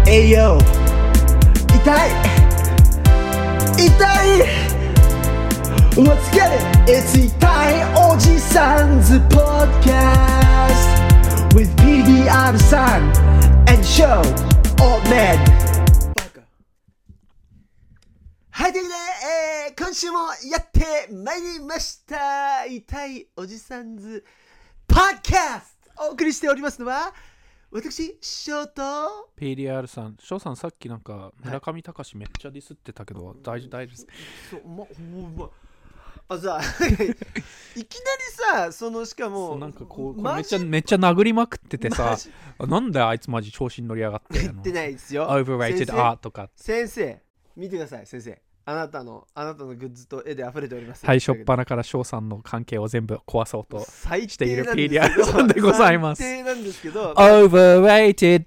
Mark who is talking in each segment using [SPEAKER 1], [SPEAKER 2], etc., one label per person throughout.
[SPEAKER 1] 栄養痛い Let's get it! It's 痛いおじさんズ Podcast with PDR さん and show old man はい、ということで、今週もやってまいりました痛いおじさんズ Podcast お送りしておりますのは私、翔と
[SPEAKER 2] PDR さん、翔さんさっきなんか村上隆めっちゃディスってたけど、大丈夫ですか？
[SPEAKER 1] そうさいきなりさ、そのしかも
[SPEAKER 2] なんかこうめっちゃ殴りまくっててさ、なんであいつマジ調子に乗りやがって
[SPEAKER 1] 言ってないですよ。
[SPEAKER 2] Overrated art とか。
[SPEAKER 1] 先生、見てください、先生。あなたのグッズと絵で溢れております。
[SPEAKER 2] 最初っ端から翔さんの関係を全部壊そうとしている
[SPEAKER 1] PDR
[SPEAKER 2] さんでございます。
[SPEAKER 1] 最低なんですけど。
[SPEAKER 2] Overrated。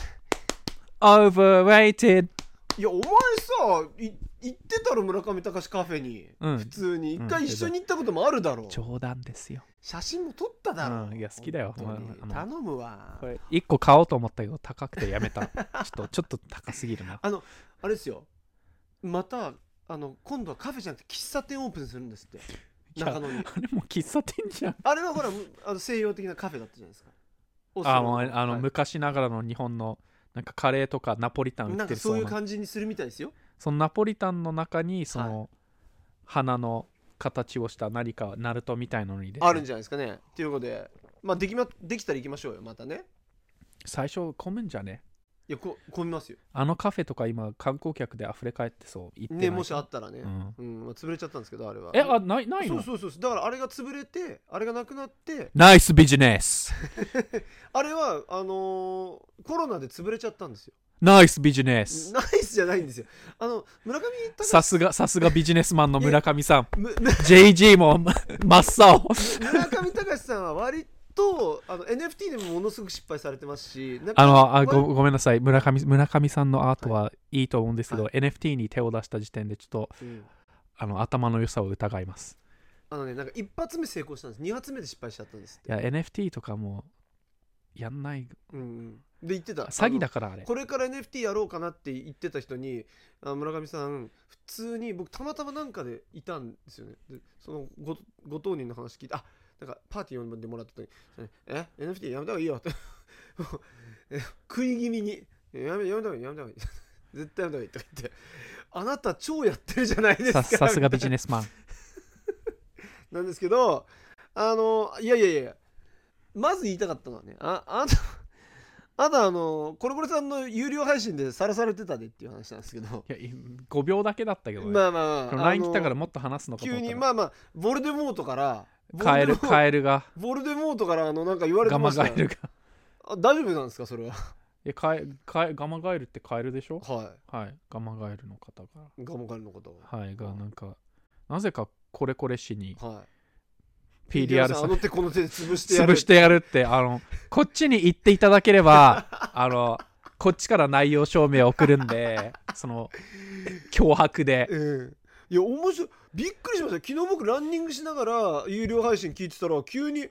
[SPEAKER 1] いや、お前さ、行ってたろ、村上隆カフェに。普通に。一回一緒に行ったこともあるだろう。
[SPEAKER 2] 冗談ですよ。
[SPEAKER 1] 写真も撮っただろう。
[SPEAKER 2] いや、好きだよ。
[SPEAKER 1] 頼むわ。
[SPEAKER 2] これ1個買おうと思ったけど、高くてやめた。ちょっと高すぎるな。
[SPEAKER 1] あれですよ。また、今度はカフェじゃなくて喫茶店オープンするんですって。中野に。
[SPEAKER 2] あれも喫茶店じゃん。
[SPEAKER 1] あれはほら、西洋的なカフェだったじゃないですか。
[SPEAKER 2] 昔ながらの日本のなんかカレーとかナポリタン売ってる
[SPEAKER 1] そういう感じにするみたいですよ。
[SPEAKER 2] そのナポリタンの中にその、花の形をした何かナルトみたいなのに
[SPEAKER 1] あるんじゃないですかね。っていうことで、まあできたら行きましょうよ、またね。
[SPEAKER 2] 最初混むんじゃね？
[SPEAKER 1] いや、混みますよ。
[SPEAKER 2] あのカフェとか今観光客で溢れ返ってそう。行ってない
[SPEAKER 1] ね、もしあったらね。潰れちゃったんですけど、あれは。
[SPEAKER 2] ないの？
[SPEAKER 1] そう。だからあれが潰れて、あれがなくなって。
[SPEAKER 2] ナイスビジネス。
[SPEAKER 1] あれはコロナで潰れちゃったんですよ。
[SPEAKER 2] ナイスビジネス。
[SPEAKER 1] ナイスじゃないんですよ。村上
[SPEAKER 2] 隆さすがビジネスマンの村上さん。JG も真っ青。
[SPEAKER 1] 村上隆さんは割とNFT でもものすごく失敗されてますし、
[SPEAKER 2] ごめんなさい、村上さんのアートはいいと思うんですけど、NFT に手を出した時点でちょっと、頭の良さを疑います。
[SPEAKER 1] なんか一発目成功したんです。2発目で失敗しちゃったんですって。
[SPEAKER 2] いや NFT とかもやんない。
[SPEAKER 1] で言ってた。
[SPEAKER 2] 詐欺だからあれ。
[SPEAKER 1] これから NFT やろうかなって言ってた人に、村上さん普通に僕たまたまなんかでいたんですよね。でそのご当人の話聞いて、なんかパーティー呼んでもらった時にNFT やめた方がいいよって食い気味にやめた方がいい絶対やめた方がいいとか言って、あなた超やってるじゃないですか。
[SPEAKER 2] さすがビジネスマン
[SPEAKER 1] なんですけど、いやまず言いたかったのはね、あなたコレコレさんの有料配信でさらされてたでっていう話なんですけど、
[SPEAKER 2] いや5秒だけだったけどね。
[SPEAKER 1] まあ
[SPEAKER 2] LINE 来たからもっと話すのかと思ったら、
[SPEAKER 1] 急にボルデモートから
[SPEAKER 2] カエルが
[SPEAKER 1] ボルデモートからなんか言われてました。
[SPEAKER 2] ガマガエルが
[SPEAKER 1] 大丈夫なんですかそれは？
[SPEAKER 2] いやガマガエルってカエルでしょ？
[SPEAKER 1] はい、
[SPEAKER 2] ガマガエルの方ががなんかなぜかコレコレ氏に、PDR さん
[SPEAKER 1] 手この手で潰
[SPEAKER 2] してやるってこっちに言っていただければこっちから内容証明を送るんでその脅迫で、
[SPEAKER 1] いや面白い、びっくりしました。昨日僕ランニングしながら有料配信聞いてたら急に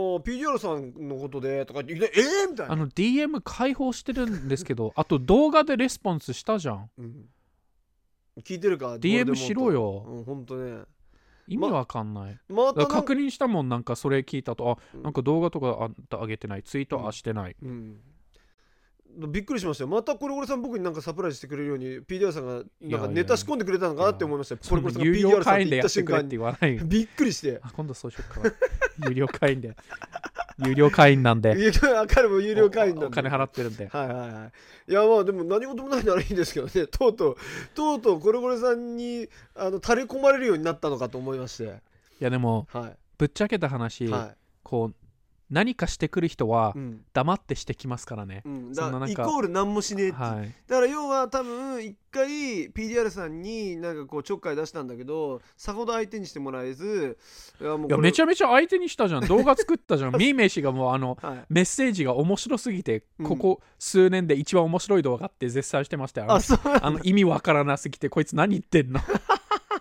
[SPEAKER 1] PDR さんのことでとか言ってみたいな。
[SPEAKER 2] DM 開放してるんですけどあと動画でレスポンスしたじゃん。
[SPEAKER 1] 聞いてるか
[SPEAKER 2] DM しろよ。
[SPEAKER 1] 本当ね
[SPEAKER 2] 意味わかんない。確認したもん。なんかそれ聞いたとなんか動画とか上げてない、ツイートはしてない、
[SPEAKER 1] びっくりしましたよ。またコレコレさん僕になんかサプライズしてくれるように PDR さんがなんかネタ仕込んでくれたのかなって思いましたよ。
[SPEAKER 2] コレコレさんが PDR さんって言った瞬間にび
[SPEAKER 1] っくりして
[SPEAKER 2] 今度そうしよっかな有料会員で有料会員なんで
[SPEAKER 1] 彼も有料会員なんで
[SPEAKER 2] お金払ってるんで、
[SPEAKER 1] いやでも何事もないならいいんですけどね。とうとうコレコレさんに垂れ込まれるようになったのかと思いまして。
[SPEAKER 2] いやでも、ぶっちゃけた話、こう何かしてくる人は黙ってしてきますからね、
[SPEAKER 1] イコール何もしねえって、だから要は多分一回 PDR さんになんかこうちょっかい出したんだけどさほど相手にしてもらえず、
[SPEAKER 2] いやめちゃめちゃ相手にしたじゃん。動画作ったじゃんミーメイ氏がもうメッセージが面白すぎて、ここ数年で一番面白い動画って絶賛してましたよ。意味わからなすぎてこいつ何言ってんの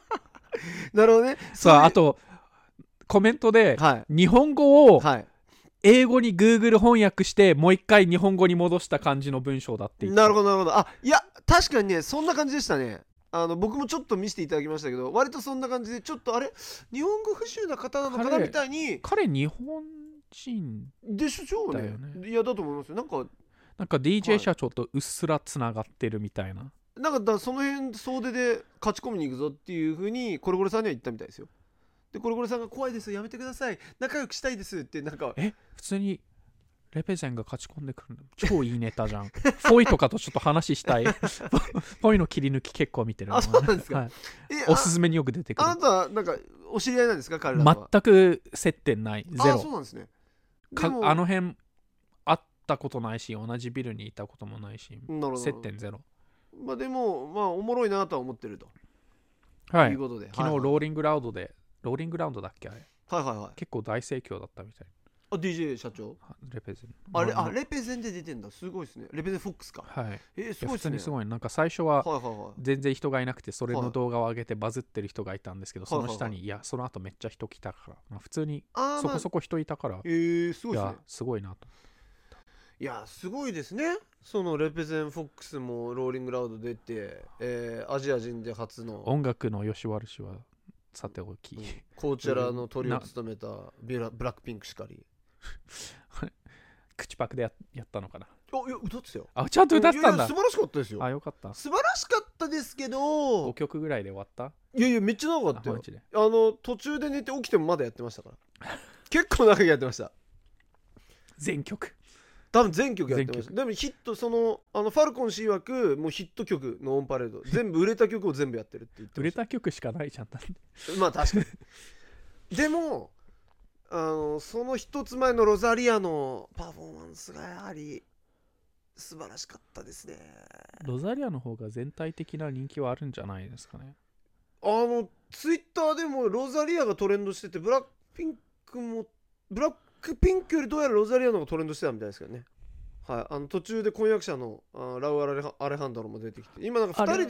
[SPEAKER 1] なるほどね。
[SPEAKER 2] さああとコメントで日本語を英語に Google 翻訳してもう一回日本語に戻した感じの文章だって言って。
[SPEAKER 1] なるほどなるほど。あ、いや確かにねそんな感じでしたね。僕もちょっと見せていただきましたけど、割とそんな感じで、ちょっとあれ日本語不習な方なのかなみたいに。
[SPEAKER 2] 彼日本人
[SPEAKER 1] でしょうね。いやだと思いますよ。なんか
[SPEAKER 2] DJ 社長とうっすらつながってるみたいな。
[SPEAKER 1] なんかその辺総出で勝ち込みに行くぞっていう風にコレコレさんには言ったみたいですよ。でコレコレさんが怖いですやめてください仲良くしたいですってなんか
[SPEAKER 2] 普通にレペゼンが勝ち込んでくるの超いいネタじゃん。フォイとかとちょっと話したい。フォイの切り抜き結構見てる。
[SPEAKER 1] あ、そうなんですか。
[SPEAKER 2] はい、おすすめによく出てくる。
[SPEAKER 1] あなたはなんかお知り合いなんですか彼らは。
[SPEAKER 2] 全く接点ない。ゼロ。
[SPEAKER 1] あ、そうなんですね。
[SPEAKER 2] あの辺会ったことないし同じビルにいたこともないし接点ゼロ。
[SPEAKER 1] まあでもまあおもろいなとは思ってると、
[SPEAKER 2] はい、
[SPEAKER 1] いうことで
[SPEAKER 2] 昨日ローリングラウンドでローリングラウンドだっけあれ。
[SPEAKER 1] はいはいはい。
[SPEAKER 2] 結構大盛況だったみたい。
[SPEAKER 1] あ、DJ 社長
[SPEAKER 2] レペゼン。
[SPEAKER 1] レペゼンで出てんだ。すごいですね。レペゼンフォックスか。
[SPEAKER 2] はい。
[SPEAKER 1] すごいですね。
[SPEAKER 2] 普通にすごい。なんか最初は全然人がいなくてそれの動画を上げてバズってる人がいたんですけど、その下にいやその後めっちゃ人来たから、まあ、普通にそこそこ人いたから、
[SPEAKER 1] すごいですね。
[SPEAKER 2] いやすごいなと。
[SPEAKER 1] いやすごいですね。そのレペゼンフォックスもローリングラウド出て、アジア人で初の
[SPEAKER 2] 音楽の吉悪氏はさておき、
[SPEAKER 1] コーチェラのトリを務めたブラックピンクしかり
[SPEAKER 2] 口パクで やったのかな。
[SPEAKER 1] いや歌ってたよ。
[SPEAKER 2] あ、ちゃんと歌ってたんだ。
[SPEAKER 1] 素晴らしかったですよ。
[SPEAKER 2] あ、よかった。
[SPEAKER 1] 素晴らしかったですけど
[SPEAKER 2] 5曲ぐらいで終わった。
[SPEAKER 1] いやいやめっちゃ長かったよ。途中で寝て起きてもまだやってましたから結構長くやってました。
[SPEAKER 2] 全曲
[SPEAKER 1] 多分全曲やってました。でもヒットファルコン氏曰くもうヒット曲のオンパレード全部売れた曲を全部やってるって言ってました。
[SPEAKER 2] 売れた曲しかないじゃん。
[SPEAKER 1] まあ確かにでもその一つ前のロザリアのパフォーマンスがやはり素晴らしかったですね。
[SPEAKER 2] ロザリアの方が全体的な人気はあるんじゃないですかね。
[SPEAKER 1] ツイッターでもロザリアがトレンドしててブラックピンクよりどうやらロザリアの方がトレンドしてたみたいですけどね。はい、途中で婚約者のラウアレハンドロも出てきて今なんか2人で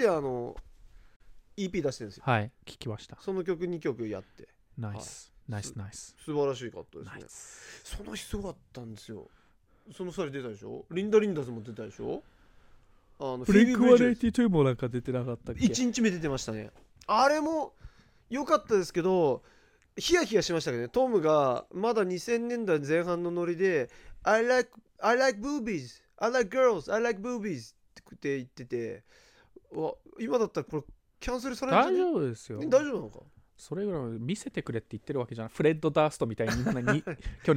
[SPEAKER 1] EP 出してるんですよ。
[SPEAKER 2] はい、聞きました。
[SPEAKER 1] その曲2曲やって
[SPEAKER 2] ナイス、ナイスナイス、
[SPEAKER 1] 素晴らしかったですね。その日すごかったんですよ。その2人出たでしょ。リンダズも出たでしょ。
[SPEAKER 2] ブリンク182もなんか出てなかったっけ。
[SPEAKER 1] 1日目出てましたね。あれも良かったですけどヒヤヒヤしましたけどね。トムがまだ2000年代前半のノリで I like boobies I like girls I like boobies って言ってて、今だったらこれキャンセルされるんじゃね。
[SPEAKER 2] 大丈夫ですよ。
[SPEAKER 1] 大丈夫なのか。そ
[SPEAKER 2] れぐらい見せてくれって言ってるわけじゃない。フレッド・ダーストみたいに去年 I wanna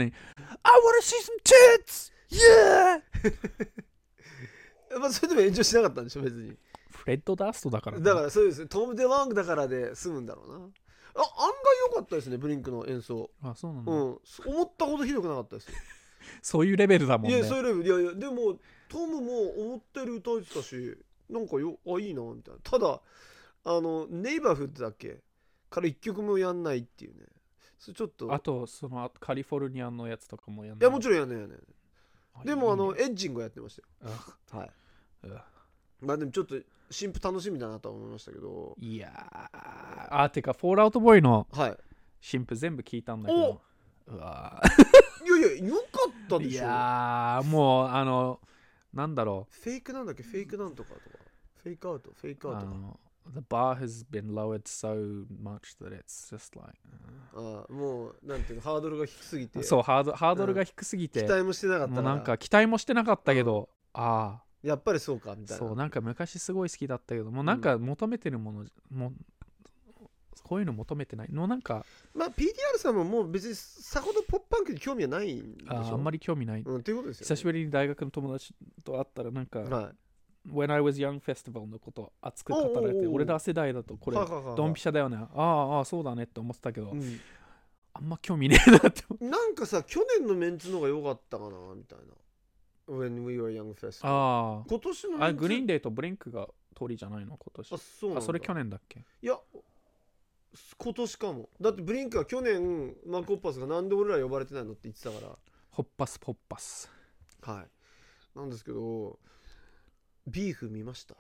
[SPEAKER 2] see some tits yeah
[SPEAKER 1] まあそれでも炎上しなかったんでしょ別に。
[SPEAKER 2] フレッド・ダーストだから、
[SPEAKER 1] ね、だからそうですね。トム・デ・ロングだからで済むんだろうな。案外良かったですねブリンクの演奏。
[SPEAKER 2] あ、そうなんだ、
[SPEAKER 1] 思ったほどひどくなかったですよ。
[SPEAKER 2] そういうレベルだもんね。
[SPEAKER 1] いやそういうレベル。いやでもトムも思ったより歌えてたしなんかいいなみたいな。ただネイバーフッドだっけから1曲もやんないっていうね。それちょっと
[SPEAKER 2] あとそのカリフォルニアのやつとかもやんない。
[SPEAKER 1] いやもちろんやんないでもエッジングやってましたよ。はい。まあでもちょっと新婦楽しみだなとは思いましたけど。
[SPEAKER 2] いやてかフォールアウトボーイの新婦全部聞いたんだけど、うわ
[SPEAKER 1] いやよかったでしょ。
[SPEAKER 2] いやもうなんだろう、
[SPEAKER 1] フェイクなんだっけ、フェイクなんとかとかフェイクアウトとか
[SPEAKER 2] The bar has been lowered so much that it's just like
[SPEAKER 1] もうなんていうのハードルが低すぎて。
[SPEAKER 2] そうハードルが低すぎて、
[SPEAKER 1] 期待もしてなかったから。
[SPEAKER 2] なんか期待もしてなかったけど、
[SPEAKER 1] やっぱりそうかみたいな。
[SPEAKER 2] そうなんか昔すごい好きだったけどもうなんか求めてるもの、もこういうの求めてないのなんか。
[SPEAKER 1] まあ PTR さんももう別にさほどポップパンクに興味はないんでしょ。
[SPEAKER 2] あんまり興味ない、
[SPEAKER 1] っていうことですよね。
[SPEAKER 2] 久しぶりに大学の友達と会ったらなんか、When I was Young Festival のこと熱く語られて、俺ら世代だとこれドンピシャだよね、そうだねって思ってたけど、あんま興味ねえなって
[SPEAKER 1] なんかさ去年のメンツの方が良かったかなみたいな。When we were Young Festival。今年のメンツ
[SPEAKER 2] グリーンデーとブリンクが通りじゃないの今年。
[SPEAKER 1] そうなんだ。
[SPEAKER 2] それ去年だっけ。
[SPEAKER 1] いや今年かも。だってブリンクは去年マーク・ホッパスがなんで俺ら呼ばれてないのって言ってたから。
[SPEAKER 2] ホッパス
[SPEAKER 1] はいなんですけど、ビーフ見ました？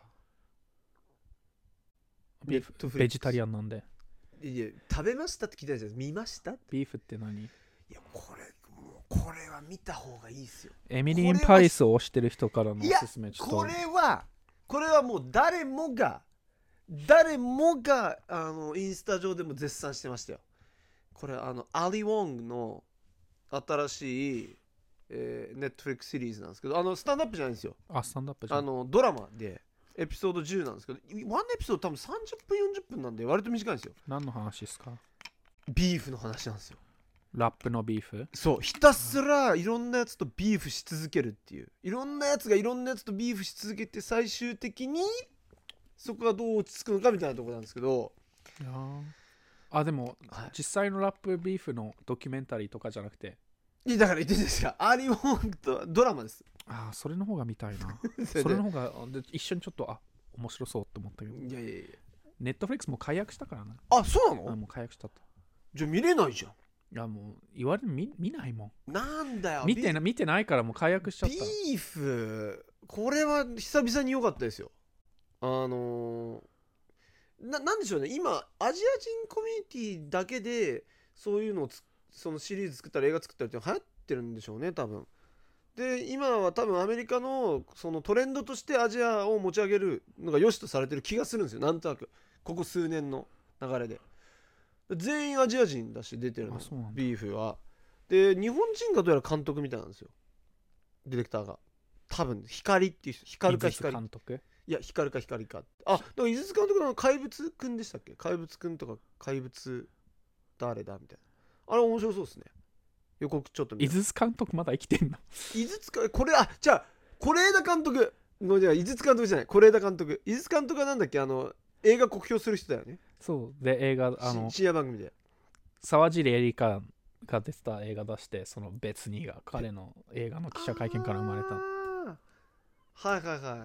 [SPEAKER 2] ビーフベジタリアンなんで。
[SPEAKER 1] いや食べましたって聞いたじゃん。見ました？
[SPEAKER 2] ビーフって何？い
[SPEAKER 1] やこれもうこれは見た方がいいですよ。
[SPEAKER 2] エミリー・イン・パリスを推してる人からのおすすめ。ちょっと
[SPEAKER 1] これはもう誰もがインスタ上でも絶賛してましたよ。これアリ・ウォングの新しい、ネットフリックスシリーズなんですけど、スタンドアップじゃないんですよ。
[SPEAKER 2] スタンドアップじゃん。
[SPEAKER 1] ドラマでエピソード10なんですけど、1エピソード多分30分40分なんで割と短いんですよ。
[SPEAKER 2] 何の話ですか？
[SPEAKER 1] ビーフの話なんですよ。
[SPEAKER 2] ラップのビーフ？
[SPEAKER 1] そう、ひたすらいろんなやつとビーフし続けるっていう、いろんなやつがいろんなやつとビーフし続けて、最終的にそこがどう落ち着くのかみたいなところなんですけど。
[SPEAKER 2] でも、はい、実際のラップビーフのドキュメンタリーとかじゃなくて、
[SPEAKER 1] だから言ってるんですが、アーリー・ウォングとドラマです。
[SPEAKER 2] それの方が見たいな。それの方が一緒にちょっと面白そうって思ったけど。
[SPEAKER 1] いや
[SPEAKER 2] ネットフリックスも解約したからな。
[SPEAKER 1] そうなの？
[SPEAKER 2] もう解約したと。
[SPEAKER 1] じゃあ見れないじゃん。
[SPEAKER 2] いやもう言われて 見ないもん。
[SPEAKER 1] なんだよ。
[SPEAKER 2] 見てないからもう解約しちゃった。
[SPEAKER 1] ビーフこれは久々に良かったですよ。なんでしょうね、今アジア人コミュニティだけでそういうのをそのシリーズ作ったり映画作ったりって流行ってるんでしょうね、多分。で今は多分アメリカのそのトレンドとしてアジアを持ち上げるのが良しとされてる気がするんですよ、なんとなくここ数年の流れで。全員アジア人だし出てるの、ビーフは。で日本人がどうやら監督みたいなんですよ、ディレクターが。多分光っていう人、光か光
[SPEAKER 2] 監督、
[SPEAKER 1] いや光か光か。だから井筒監督の怪物くんでしたっけ、怪物くんとか怪物誰だみたいな、あれ面白そうですね。予告ちょっと見
[SPEAKER 2] 井筒監督まだ生きてんの？
[SPEAKER 1] 井筒か、これじゃあ是枝監督の、じゃあ井筒監督じゃない、是枝監督。井筒監督はなんだっけ、映画酷評する人だよね。
[SPEAKER 2] そうで、映画
[SPEAKER 1] 深夜番組で
[SPEAKER 2] 沢尻エリカが出てた映画出して、その別にが彼の映画の記者会見から生まれた。
[SPEAKER 1] はいはいはい。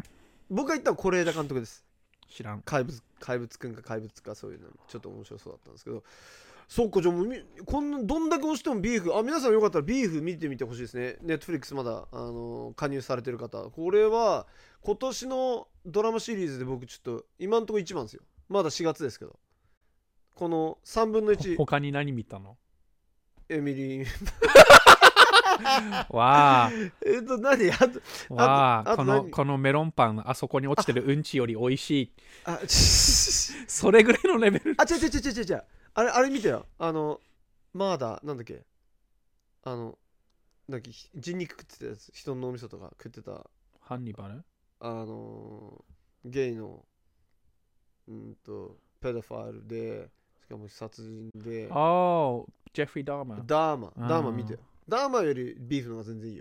[SPEAKER 1] 僕が言ったのは是枝監督です。
[SPEAKER 2] 知らん。
[SPEAKER 1] 怪物くんか怪物か、そういうのちょっと面白そうだったんですけど。そうか、じゃあもうこんなどんだけ押してもビーフ、皆さんよかったらビーフ見てみてほしいですね。ネットフリックスまだ加入されてる方、これは今年のドラマシリーズで僕ちょっと今んとこ一番ですよ。まだ4月ですけど、この3分の1。
[SPEAKER 2] 他に何見たの？
[SPEAKER 1] エミリー
[SPEAKER 2] わあ
[SPEAKER 1] 何
[SPEAKER 2] このメロンパン、あそこに落ちてるうんちより美味しい。それぐらいのレベル。
[SPEAKER 1] 違うあれ見てよ。マーダーなんだっけ、なんだっけ、人肉食ってたやつ、人の脳みそとか食ってた。
[SPEAKER 2] ハンニバル？
[SPEAKER 1] ゲイのペドファイルで、しかも殺人で。
[SPEAKER 2] ジェフリー・ダーマ
[SPEAKER 1] 見てよ。ダーマよりビーフの方が全然いいよ。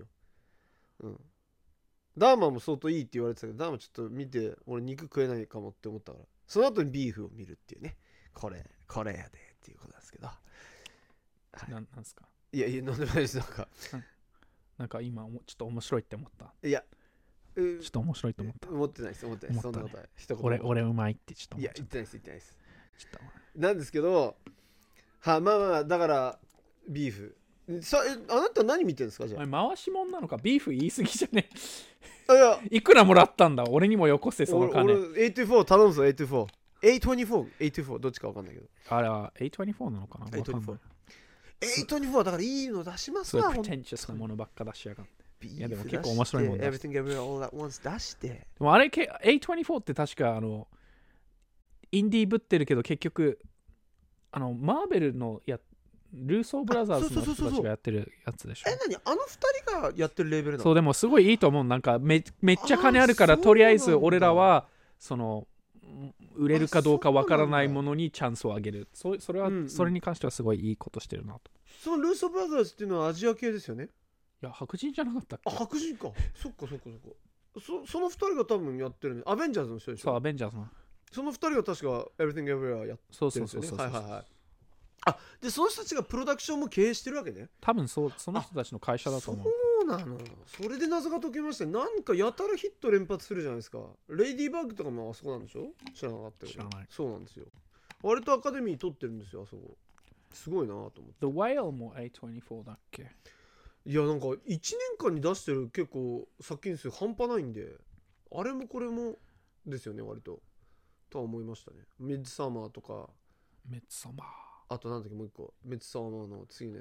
[SPEAKER 1] ダーマも相当いいって言われてたけど、ダーマちょっと見て俺肉食えないかもって思ったから、その後にビーフを見るっていうね。これやでっていうことなんですけど。
[SPEAKER 2] なんですか？
[SPEAKER 1] いやなんでもないです。
[SPEAKER 2] なんか今ちょっと面白いって思った。
[SPEAKER 1] いや
[SPEAKER 2] ちょっと面白いと思った。
[SPEAKER 1] 思ってないです。そんなことは一言。
[SPEAKER 2] 俺うまいってちょっと。
[SPEAKER 1] いや言ってないです。なんですけど、まあだからビーフ。あなた何見てるんですか？じゃあ
[SPEAKER 2] 回しもんなのか。ビーフ言い過ぎじゃね
[SPEAKER 1] い
[SPEAKER 2] くらもらったんだ俺にもよこせ、その金。
[SPEAKER 1] 俺84頼むぞ。84どっちか分かんないけど、
[SPEAKER 2] あれは824なのかな。
[SPEAKER 1] 824はだからいいの出しますわ。
[SPEAKER 2] プレテンシャスなものばっか出しやがって。いやでも結構面白いもんだ。
[SPEAKER 1] Everything Everywhere All At Once 出して。で
[SPEAKER 2] もあれ824って確かインディーぶってるけど、結局マーベルのルーソーブラザーズの人たちがやってるやつでしょ。
[SPEAKER 1] 何あの2人がやってるレベルなの？
[SPEAKER 2] そう、でもすごいいいと思う。なんか めっちゃ金あるから、とりあえず俺らは売れるかどうかわからないものにチャンスをあげる。それは、それに関してはすごいいいことしてるなと。
[SPEAKER 1] そのルーソーブラザーズっていうのはアジア系ですよね。
[SPEAKER 2] いや白人じゃなかったっけ？
[SPEAKER 1] 白人か。そっかその2人が多分やってるね。アベンジャーズの人でしょ。
[SPEAKER 2] そう、アベンジャーズの
[SPEAKER 1] その2人が確か Everything Everywhere やってるんですよね。はい。でその人たちがプロダクションも経営してるわけね。
[SPEAKER 2] 多分その人たちの会社だと思う。
[SPEAKER 1] そうなの。それで謎が解けました。なんかやたらヒット連発するじゃないですか。レイディーバッグとかもあそこなんでしょ？知らなかったけど。
[SPEAKER 2] 知らない。
[SPEAKER 1] そうなんですよ。割とアカデミー取ってるんですよ、あそこ。すごいなと思って。
[SPEAKER 2] The Whale も A24 だっけ？
[SPEAKER 1] いやなんか1年間に出してる結構作品数半端ないんで、あれもこれもですよね割ととは思いましたね。ミッドサマーとか、
[SPEAKER 2] ミッドサマー、
[SPEAKER 1] あとなんだっけもう一個、ミッドサマーの次のやつ、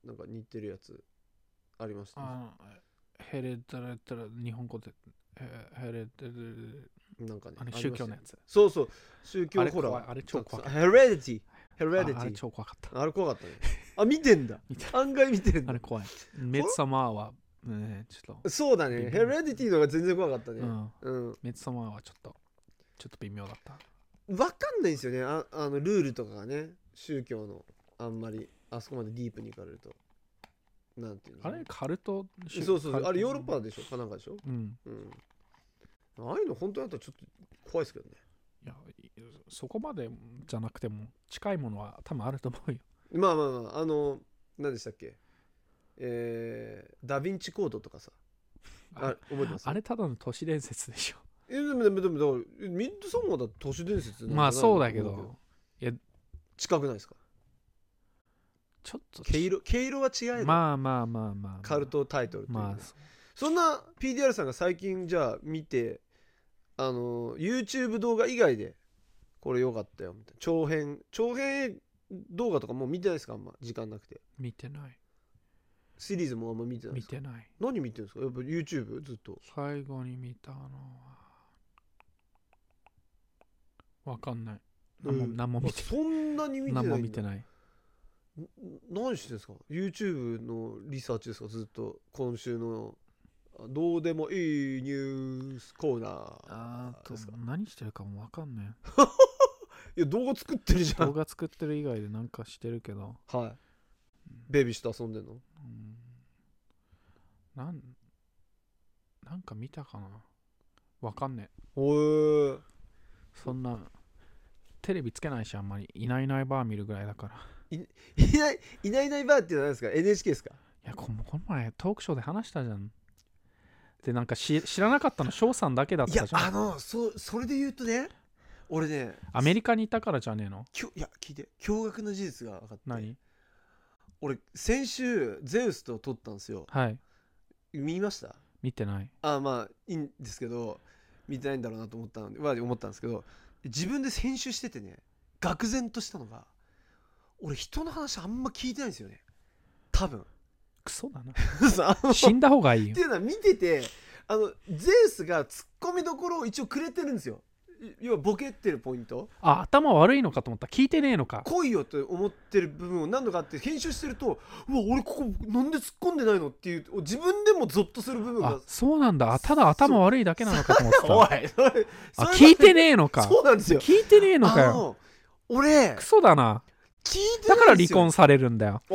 [SPEAKER 1] なんか似てるやつありましたね。
[SPEAKER 2] ヘレタレタラ日本語でヘレタレ
[SPEAKER 1] なんかね、
[SPEAKER 2] あれ宗教のやつ。
[SPEAKER 1] そうそう、宗教ホラー。
[SPEAKER 2] あれ超怖かった。
[SPEAKER 1] ヘレディティ。
[SPEAKER 2] あれ超怖かった。
[SPEAKER 1] あれ怖かったね。あ、見てんだ。案外見てるんだ。
[SPEAKER 2] あれ怖い。メッツサマーは、ちょっと。
[SPEAKER 1] そうだね。ヘレディティの方が全然怖かったね。
[SPEAKER 2] メッツサマーはちょっと微妙だった。
[SPEAKER 1] わかんないんですよね。ルールとかがね、宗教のあんまりあそこまでディープに行かれると。なんていうの、
[SPEAKER 2] あれカルト。
[SPEAKER 1] そうそう、あれヨーロッパでしょかなんかでしょ。ああいうの本当だったらちょっと怖いですけどね。
[SPEAKER 2] いや、そこまでじゃなくても近いものは多分あると思うよ。
[SPEAKER 1] まあまあまあ、何でしたっけ、ダヴィンチコードとかさ、覚えてます？
[SPEAKER 2] あれただの都市伝説でしょ。
[SPEAKER 1] でもミッドサマーだと都市伝説なんじゃないの？
[SPEAKER 2] まあそうだけど、いや
[SPEAKER 1] 近くないですか？
[SPEAKER 2] ちょっと
[SPEAKER 1] 毛色は違えど、
[SPEAKER 2] まあ
[SPEAKER 1] カルトタイトルという、
[SPEAKER 2] まあ
[SPEAKER 1] そんな PDR さんが最近じゃあ見て、YouTube 動画以外でこれ良かったよみたいな長編動画とかもう見てないですか？あんま時間なくて。見てない。シリーズもあんま見てないですか？見てない。何見てるんですか？やっぱ YouTube ずっと。最後に見たのはわかんない。何も見てない。そんなに見てないんだ。何も見てない。何してるんですか？ YouTube のリサーチですか？ずっと今週のどうでもいいニュースコーナーですか？何してるかもわかんない。いや動画作ってるじゃん。動画作ってる以外でなんかしてるけど。はい。ベビーと遊んでんの？なんか見たかな。わかんねえ。そんなテレビつけないし、あんまりいないいないバー見るぐらいだから。いないいないバーっていうのは何ですか？ NHK ですか？いやこの前トークショーで話したじゃん。でなんか知らなかったの翔さんだけだったじゃん。いやそれで言うとね、俺ねアメリカにいたからじゃねえの？いや聞いて、驚愕の事実が分かって。何？俺先週ゼウスと撮ったんですよ。はい。見ました？見てない。まあいいんですけど、見てないんだろうなと思ったんですけど、自分で編集しててね、愕然としたのが、俺人の話あんま聞いてないんですよね。多分クソだな。死んだ方がいいよ。っていうのは見てて、ゼウスがツッコミどころを一応くれてるんですよ。要はボケってるポイント。頭悪いのかと思った。聞いてねえのか。来いよと思ってる部分を何度かあって、編集してると、うわ俺ここなんで突っ込んでないのっていう、自分でもゾッとする部分が。そうなんだ。ただ頭悪いだけなのかと思ってた。おい聞いてねえのか。そうなんですよ。聞いてねえのかよ。俺クソだな。聞いてない。だから離婚されるんだよ。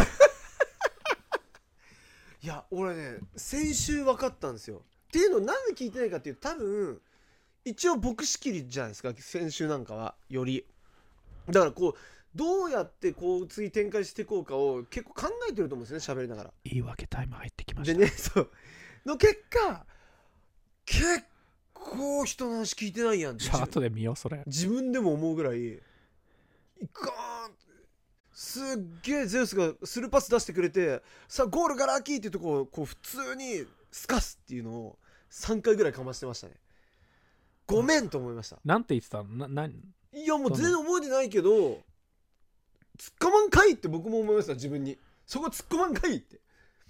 [SPEAKER 1] いや俺ね先週分かったんですよ。っていうのなんで聞いてないかっていうと、多分一応僕仕切りじゃないですか、先週なんかはより。だからこうどうやってこう次展開していこうかを結構考えてると思うんですね、喋りながら。言い訳タイム入ってきましたでね、そうの結果結構人の話聞いてないやんって。後で見ようそれ。自分でも思うぐらいガーンすっげえゼウスがスルーパス出してくれて、さあゴールがラッキーっていうところをこう普通にスカスっていうのを3回ぐらいかましてましたね。ごめんと思いました。なんて言ってたの？いやもう全然覚えてないけど、突っ込まんかいって僕も思いました。自分にそこ突っ込まんかいって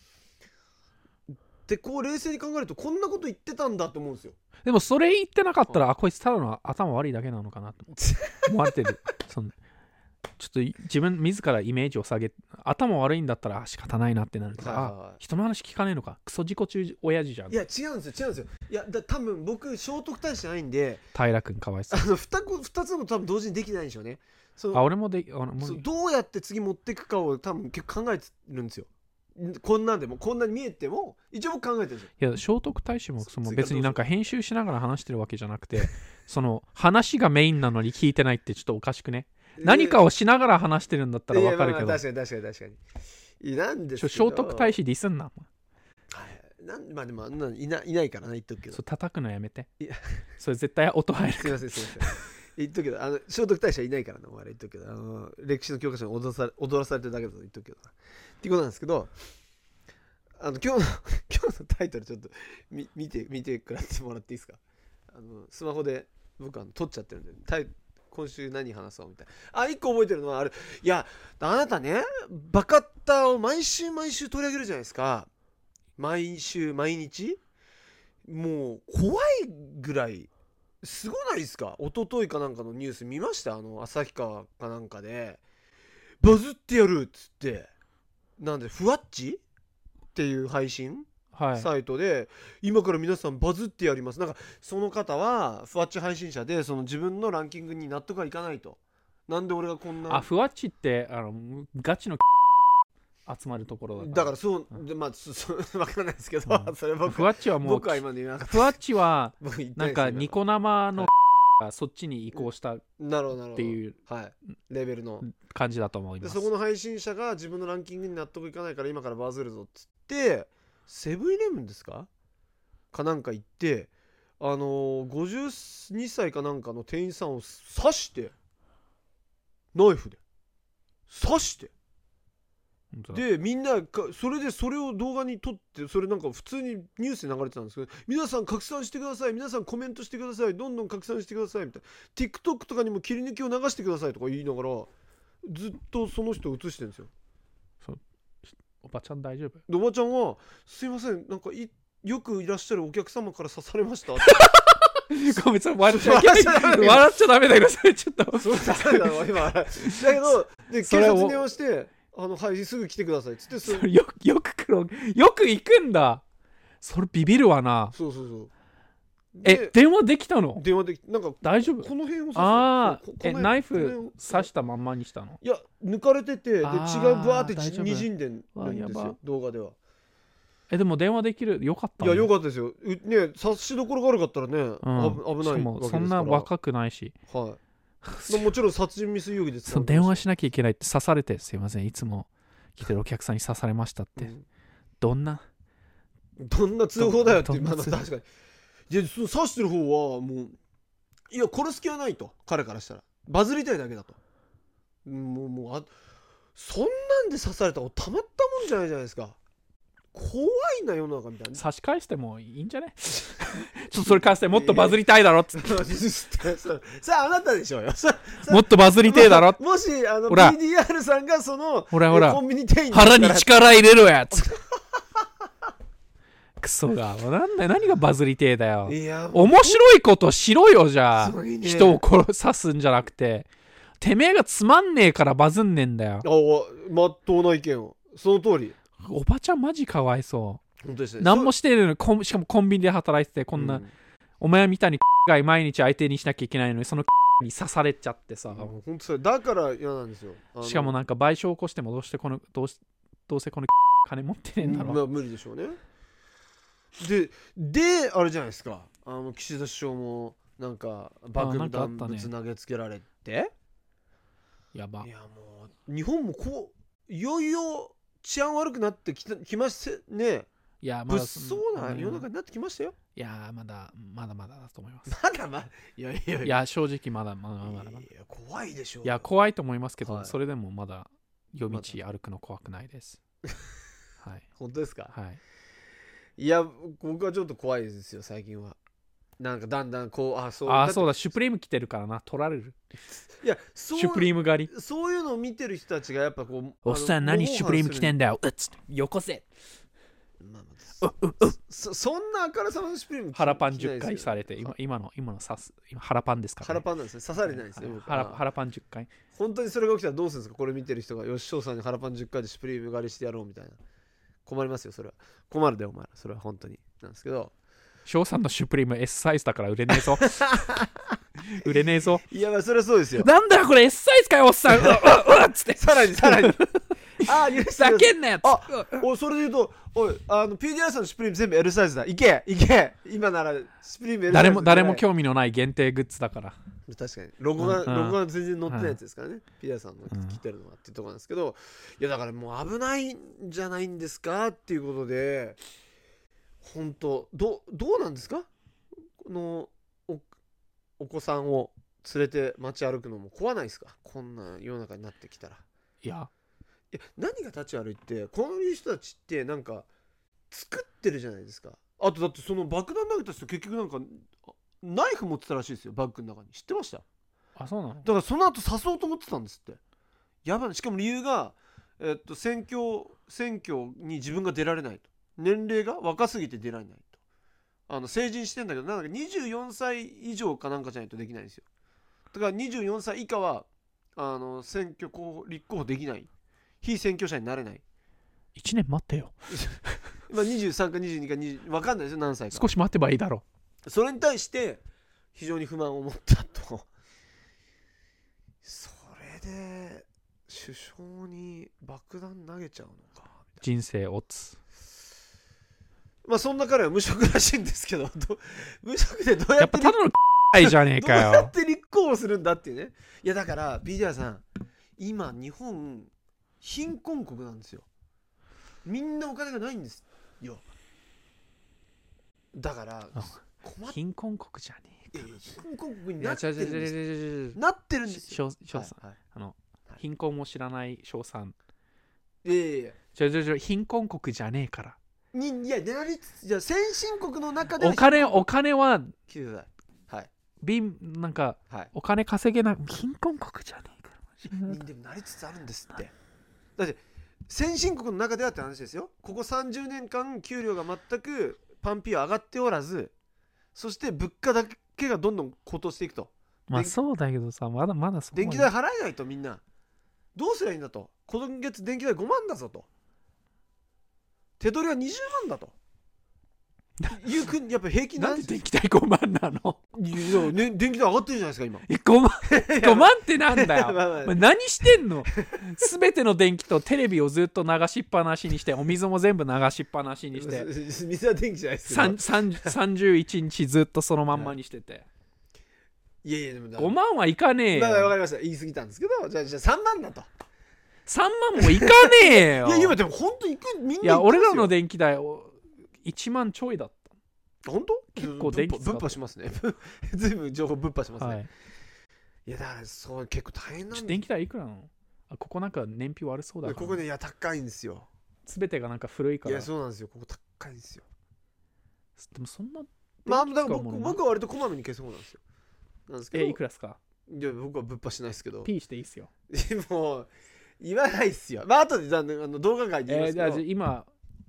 [SPEAKER 1] で、こう冷静に考えるとこんなこと言ってたんだと思うんですよ。でもそれ言ってなかったら、こいつただの頭悪いだけなのかなと思われてる。そんちょっと自分自らイメージを下げ、頭悪いんだったら仕方ないなってなるから、人の話聞かねえのか、クソ自己中親父じゃん。いや違うんですよ。いや多分僕聖徳太子じゃないんで、平君かわいそう。2つも多分同時にできないんでしょうね。俺もどうやって次持っていくかを多分結構考えてるんですよ。こんなんでもこんなに見えても一応考えてるんですよ。いや聖徳太子も別になんか編集しながら話してるわけじゃなくて、その話がメインなのに聞いてないってちょっとおかしくね。何かをしながら話してるんだったら分かるけど、確かになんですけど聖徳太子ディスんな。まあでもいないからな、言っとくけど。そう叩くのやめて。いやそれ絶対音入るから。すいません言っとくけど、聖徳太子はいないからな、お前ら言っとくけど、歴史の教科書に踊らされてるだけだと言っとくけどなっていうことなんですけど、今日のタイトルちょっと見てくらってもらっていいですか？スマホで僕撮っちゃってるんで、 今週何話そうみたいな。一個覚えてるのはあれ、いやあなたねバカッターを毎週取り上げるじゃないですか。毎週毎日もう怖いぐらいすごないですか。一昨日かなんかのニュース見ました？旭川かなんかでバズってやるっつって、なんでふわっちっていう配信サイトで今から皆さんバズってやります。なんかその方はふわっち配信者で、その自分のランキングに納得がいかないと。なんで俺がこんな
[SPEAKER 2] ふわっちってガチの集まるところ
[SPEAKER 1] だからそうで、まあ分からないですけど、それ
[SPEAKER 2] ふわっちはもう
[SPEAKER 1] 僕は今の言わなかった。
[SPEAKER 2] ふわっちはなんかニコ生のがそっちに移行したっていう
[SPEAKER 1] レベルの
[SPEAKER 2] 感じだと思います。
[SPEAKER 1] でそこの配信者が自分のランキングに納得いかないから今からバズるぞっつってセブンイレブンですかなんか行って、52歳かなんかの店員さんを刺して、ナイフで刺して、でみんなそれを動画に撮って、それなんか普通にニュースで流れてたんですけど、皆さん拡散してください、皆さんコメントしてください、どんどん拡散してくださいみたいな、 TikTok とかにも切り抜きを流してくださいとか言いながらずっとその人を映してるんですよ。
[SPEAKER 2] おばちゃん大丈夫？
[SPEAKER 1] でおばちゃんはすいません、なんかよくいらっしゃるお客様から刺されました
[SPEAKER 2] ごめん、笑っちゃダメだけど、それちょっと
[SPEAKER 1] そうだろ今だけどで警察に電話してはいすぐ来てくださいっつって
[SPEAKER 2] それよく行くんだ。それビビるわな。
[SPEAKER 1] そう
[SPEAKER 2] 電話できたの？
[SPEAKER 1] 電話できなんか大丈夫この辺を
[SPEAKER 2] ナイフ刺したまんまにしたの？
[SPEAKER 1] いや抜かれててで血がブワーってにじんでるんですよ動画では。
[SPEAKER 2] でも電話できるよかった、
[SPEAKER 1] ね、いやよかったですよね。刺しどころが悪かったらね、危ないわけですから。しかも
[SPEAKER 2] そんな若くないし、
[SPEAKER 1] もちろん殺人未遂容疑で
[SPEAKER 2] その電話しなきゃいけないって刺されて、すいませんいつも来てるお客さんに刺されましたって、どんな
[SPEAKER 1] 通報だよって。確かにで刺してる方はもういや殺す気はないと、彼からしたらバズりたいだけだと。もうそんなんで刺されたらたまったもんじゃないじゃないですか。怖いな世の中みたいな。
[SPEAKER 2] 差し返してもいいんじゃねちょっとそれ返してもっとバズりたいだろっつって
[SPEAKER 1] さああなたでしょうよ
[SPEAKER 2] もっとバズりてえだろ
[SPEAKER 1] もしPDR さんがその
[SPEAKER 2] ほら
[SPEAKER 1] コンビニ店員
[SPEAKER 2] 腹に力入れろやつクソが何がバズりてえだよ。面白いことしろよ。じゃあ人を刺すんじゃなくて、てめえがつまんねえからバズんねえんだよ。
[SPEAKER 1] まっとうな意見を。その通り。
[SPEAKER 2] おばちゃんマジかわいそう。
[SPEAKER 1] 本当ですね。
[SPEAKER 2] 何もしてるのにしかもコンビニで働いてて、こんな、お前みたいにが毎日相手にしなきゃいけないのにそのに刺されちゃってさ、
[SPEAKER 1] 本当それだから嫌なんですよ。
[SPEAKER 2] しかもなんか賠償を起こしてもどうせこの金持ってねえんだろう。
[SPEAKER 1] 無理でしょうね。であれじゃないですか、岸田首相もなんか爆弾物投げつけられて、
[SPEAKER 2] やば。
[SPEAKER 1] いやもう日本もいよいよ治安悪くなってきましたね。
[SPEAKER 2] いや
[SPEAKER 1] 物騒な世の中になってきましたよ。
[SPEAKER 2] いやまだだと思います。
[SPEAKER 1] い
[SPEAKER 2] や正直まだ
[SPEAKER 1] 怖いでしょう。
[SPEAKER 2] いや怖いと思いますけど、それでもまだ夜道歩くの怖くないです。はい。
[SPEAKER 1] 本当ですか？
[SPEAKER 2] はい。
[SPEAKER 1] いや僕はちょっと怖いですよ最近は。なんかだんだんこう
[SPEAKER 2] そうだシュプリーム着てるからな、取られる。
[SPEAKER 1] いや
[SPEAKER 2] シュプリーム狩り。
[SPEAKER 1] そういうのを見てる人たちがやっぱこう、
[SPEAKER 2] おっさん何シュプリーム着てんだよ、よこせ。
[SPEAKER 1] そんなあからさまのシュプリーム
[SPEAKER 2] 腹パン10回されて、今の刺す腹パンですから、
[SPEAKER 1] 腹パンなんですね。刺されないですね。
[SPEAKER 2] 腹パン10回。
[SPEAKER 1] 本当にそれが起きたらどうするんですか？これ見てる人が吉翔さんに腹パン10回でシュプリーム狩りしてやろうみたいな。困りますよそれは。困るでお前ら、それは本当になんですけど、
[SPEAKER 2] 翔さんのシュプリーム S サイズだから売れねえぞ売れねえぞ。
[SPEAKER 1] いやまあそれはそうですよ。
[SPEAKER 2] なんだよこれ S サイズかよおっさんつって
[SPEAKER 1] さらに
[SPEAKER 2] ざけんなよ。
[SPEAKER 1] それで言うとPDR さんのシュプリーム全部 L サイズだ。いけ今ならシュプリーム L サイズ
[SPEAKER 2] 誰も興味のない限定グッズだから。
[SPEAKER 1] 確かにロゴが全然載ってないやつですからね、PDR さんの着てるのはっていうところなんですけど、いやだからもう危ないんじゃないんですかっていうことで、本当どうなんですか？このお子さんを連れて街歩くのも怖ないですか？こんな世の中になってきたら。
[SPEAKER 2] いや
[SPEAKER 1] 何が立ち悪いって、こういう人たちってなんか作ってるじゃないですか。あとだってその爆弾投げた人結局なんかナイフ持ってたらしいですよ、バッグの中に。知ってました？
[SPEAKER 2] あ、そうなの。
[SPEAKER 1] だからその後誘おうと思ってたんですって。やばい。しかも理由が、選挙に自分が出られないと、年齢が若すぎて出られないと、成人してんだけどなんか24歳以上かなんかじゃないとできないんですよ。だから24歳以下は選挙立候補できない、非選挙者になれない。
[SPEAKER 2] 1年待ってよ
[SPEAKER 1] まあ23か22か20分かんないですよ、何歳か。
[SPEAKER 2] 少し待てばいいだろ
[SPEAKER 1] う。それに対して非常に不満を持ったと。それで首相に爆弾投げちゃうのか。
[SPEAKER 2] 人生オツ。
[SPEAKER 1] まあそんな彼は無職らしいんですけど、無職でどうやって
[SPEAKER 2] やっぱただのじゃねえかよ。
[SPEAKER 1] どうやって立候補するんだっていうね。いやだから BDR さん、今日本貧困国なんですよ。みんなお金がないんですよ。だから
[SPEAKER 2] 貧困国じゃねえか。
[SPEAKER 1] 貧困国になってるんです。
[SPEAKER 2] な
[SPEAKER 1] ってるんですよ。
[SPEAKER 2] 翔さん、貧困も知らない翔さん。
[SPEAKER 1] いや
[SPEAKER 2] 貧困国じゃねえから。
[SPEAKER 1] いやなりつつ、じゃ先進国の中で
[SPEAKER 2] お金は
[SPEAKER 1] 聞いてください。はい。
[SPEAKER 2] なんか、
[SPEAKER 1] はい、
[SPEAKER 2] お金稼げない貧困国じゃねえから。
[SPEAKER 1] でもなりつつあるんですって。だって先進国の中ではって話ですよ。ここ30年間給料が全くパンピー上がっておらず、そして物価だけがどんどん高騰していくと。
[SPEAKER 2] まあそうだけどさ、まだそう。
[SPEAKER 1] 電気代払えないと、みんなどうすりゃいいんだと。今月電気代5万だぞと、手取りは20万だという国、やっぱ平均
[SPEAKER 2] なんで電気代5万なの。
[SPEAKER 1] いや、ね、電気代上がってるじゃないですか今。
[SPEAKER 2] 5万ってなんだよ。何してんの。すべての電気とテレビをずっと流しっぱなしにして、お水も全部流しっぱなしにして
[SPEAKER 1] 水は電気じゃないですけど
[SPEAKER 2] 31日ずっとそのまんまにしてて、
[SPEAKER 1] いやでも
[SPEAKER 2] 5万はいかねえよ。
[SPEAKER 1] 分かりました、言い過ぎたんですけど、じゃあ3万だと。
[SPEAKER 2] 3万もいかねえよ。
[SPEAKER 1] いや今でも本当行く、みんな行くんですよ。
[SPEAKER 2] いや俺らの電気代1万ちょいだった。
[SPEAKER 1] 本当？
[SPEAKER 2] 結構電気使
[SPEAKER 1] ぶっ破しますね。ずいぶん情報ぶっ破しますね。
[SPEAKER 2] はい、
[SPEAKER 1] いやだからそう結構大変なんで。
[SPEAKER 2] 電気代いくらなの？ここなんか燃費悪そうだから。
[SPEAKER 1] ここね、いや高いんですよ。
[SPEAKER 2] すべてがなんか古いから。
[SPEAKER 1] いやそうなんですよ、ここ高いんですよ。
[SPEAKER 2] でもそんな、
[SPEAKER 1] まあだから僕は割とこまめに消す方なんですよ。なんですけど。
[SPEAKER 2] いくらですか？
[SPEAKER 1] いや僕はぶっ破しないですけど。
[SPEAKER 2] P していいっすよ。
[SPEAKER 1] もう言わないっすよ。まあ後で動画外で言いますけど。
[SPEAKER 2] じゃあ今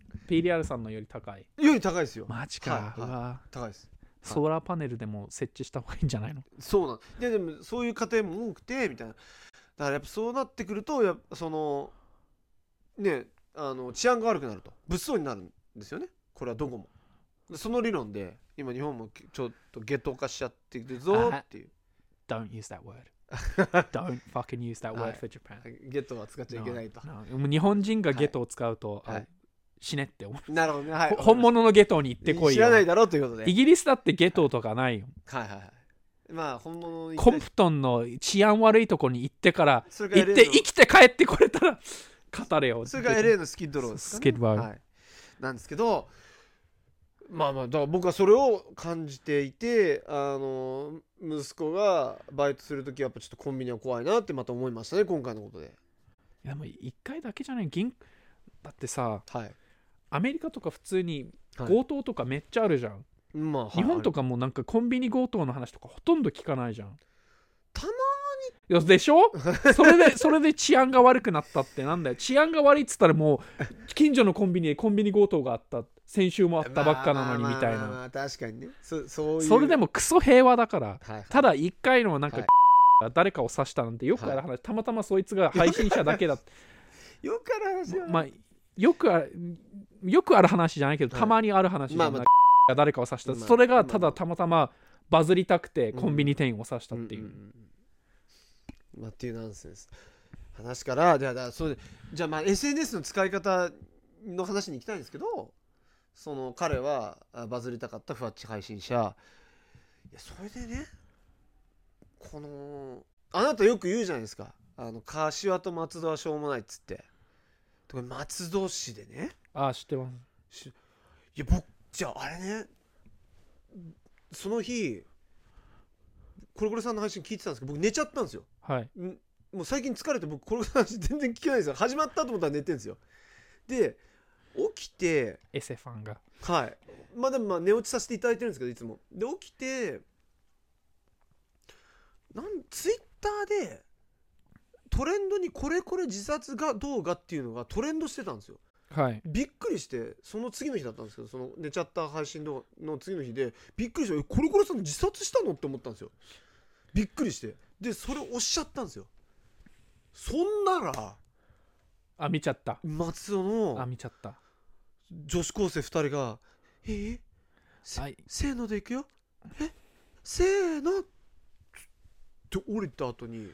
[SPEAKER 2] PDR さんのより高い。
[SPEAKER 1] より高いですよ。
[SPEAKER 2] マジか。うわ、
[SPEAKER 1] 高いです。
[SPEAKER 2] ソーラーパネルでも設置した方がいいんじゃないの？
[SPEAKER 1] そうなんでもそういう家庭も多くてみたいな。だからやっぱそうなってくると、やっぱそのね、治安が悪くなると物騒になるんですよね。これはどこもその理論で今日本もちょっとゲト化しちゃってるぞっていう。
[SPEAKER 2] Don't use that word. Don't fucking use that word for Japan.
[SPEAKER 1] ゲトは使っちゃいけないと。
[SPEAKER 2] 日本人がゲトを使うと、死ねって思う。
[SPEAKER 1] なるほどね、はい、
[SPEAKER 2] 本物のゲトに行ってこいよ。
[SPEAKER 1] 知らないだろうということで。
[SPEAKER 2] イギリスだってゲトとかないよ。
[SPEAKER 1] はいはいはい。まあ本物の
[SPEAKER 2] コンプトンの治安悪いとこに行ってから行って生きて帰ってこれたら語れよ。
[SPEAKER 1] それが LA のスキッドローですかね。
[SPEAKER 2] スキッドロー、
[SPEAKER 1] はい、なんですけど、まあだから僕はそれを感じていて、息子がバイトするときはやっぱちょっとコンビニは怖いなってまた思いましたね、今回のことで。
[SPEAKER 2] いやもう1回だけじゃない。だってさ、
[SPEAKER 1] はい、
[SPEAKER 2] アメリカとか普通に強盗とかめっちゃあるじゃん、
[SPEAKER 1] まあ、
[SPEAKER 2] 日本とかもなんかコンビニ強盗の話とかほとんど聞かないじゃん。
[SPEAKER 1] たま
[SPEAKER 2] いやでしょそれで治安が悪くなったってなんだよ。治安が悪いっつったらもう近所のコンビニでコンビニ強盗があった、先週もあったばっかなのにみたいな。
[SPEAKER 1] まあ確かにね、そういう。
[SPEAKER 2] それでもクソ平和だから、
[SPEAKER 1] はいはい、
[SPEAKER 2] ただ1回のなんか、誰かを刺したなんてよくある話、たまたまそいつが配信者だけだ
[SPEAKER 1] よくある話だよ、
[SPEAKER 2] まあよくある話じゃないけど、たまにある話じゃない、誰かを刺した、それがただたまたまバズりたくてコンビニ店員を刺したっていう、
[SPEAKER 1] まあっていうナンセンス話からじゃあまあ SNS の使い方の話に行きたいんですけど、その彼はバズりたかったふわっち配信者、いやそれでね、このあなたよく言うじゃないですか、柏と松戸はしょうもないっつって。松戸市でね、
[SPEAKER 2] 知ってます。
[SPEAKER 1] いや僕じゃああれね、その日コロコロさんの配信聞いてたんですけど僕寝ちゃったんですよ。
[SPEAKER 2] はい。
[SPEAKER 1] もう最近疲れて僕コロコロさんの話全然聞けないんですよ。始まったと思ったら寝てるんですよ。で起きて
[SPEAKER 2] エセファンが
[SPEAKER 1] はいまあでも寝落ちさせていただいてるんですけどいつもで起きてツイッターでトレンドにこれ自殺が動画っていうのがトレンドしてたんですよ。
[SPEAKER 2] はい、
[SPEAKER 1] びっくりして、その次の日だったんですけど、その寝ちゃった配信動画の次の日でびっくりして、これさん自殺したのって思ったんですよ。びっくりして、でそれをおっしゃったんですよ。そんなら
[SPEAKER 2] 見ちゃった。
[SPEAKER 1] 松尾の
[SPEAKER 2] 見ちゃった
[SPEAKER 1] 女子高生2人がせーのでいくよ、せーのって降りた後に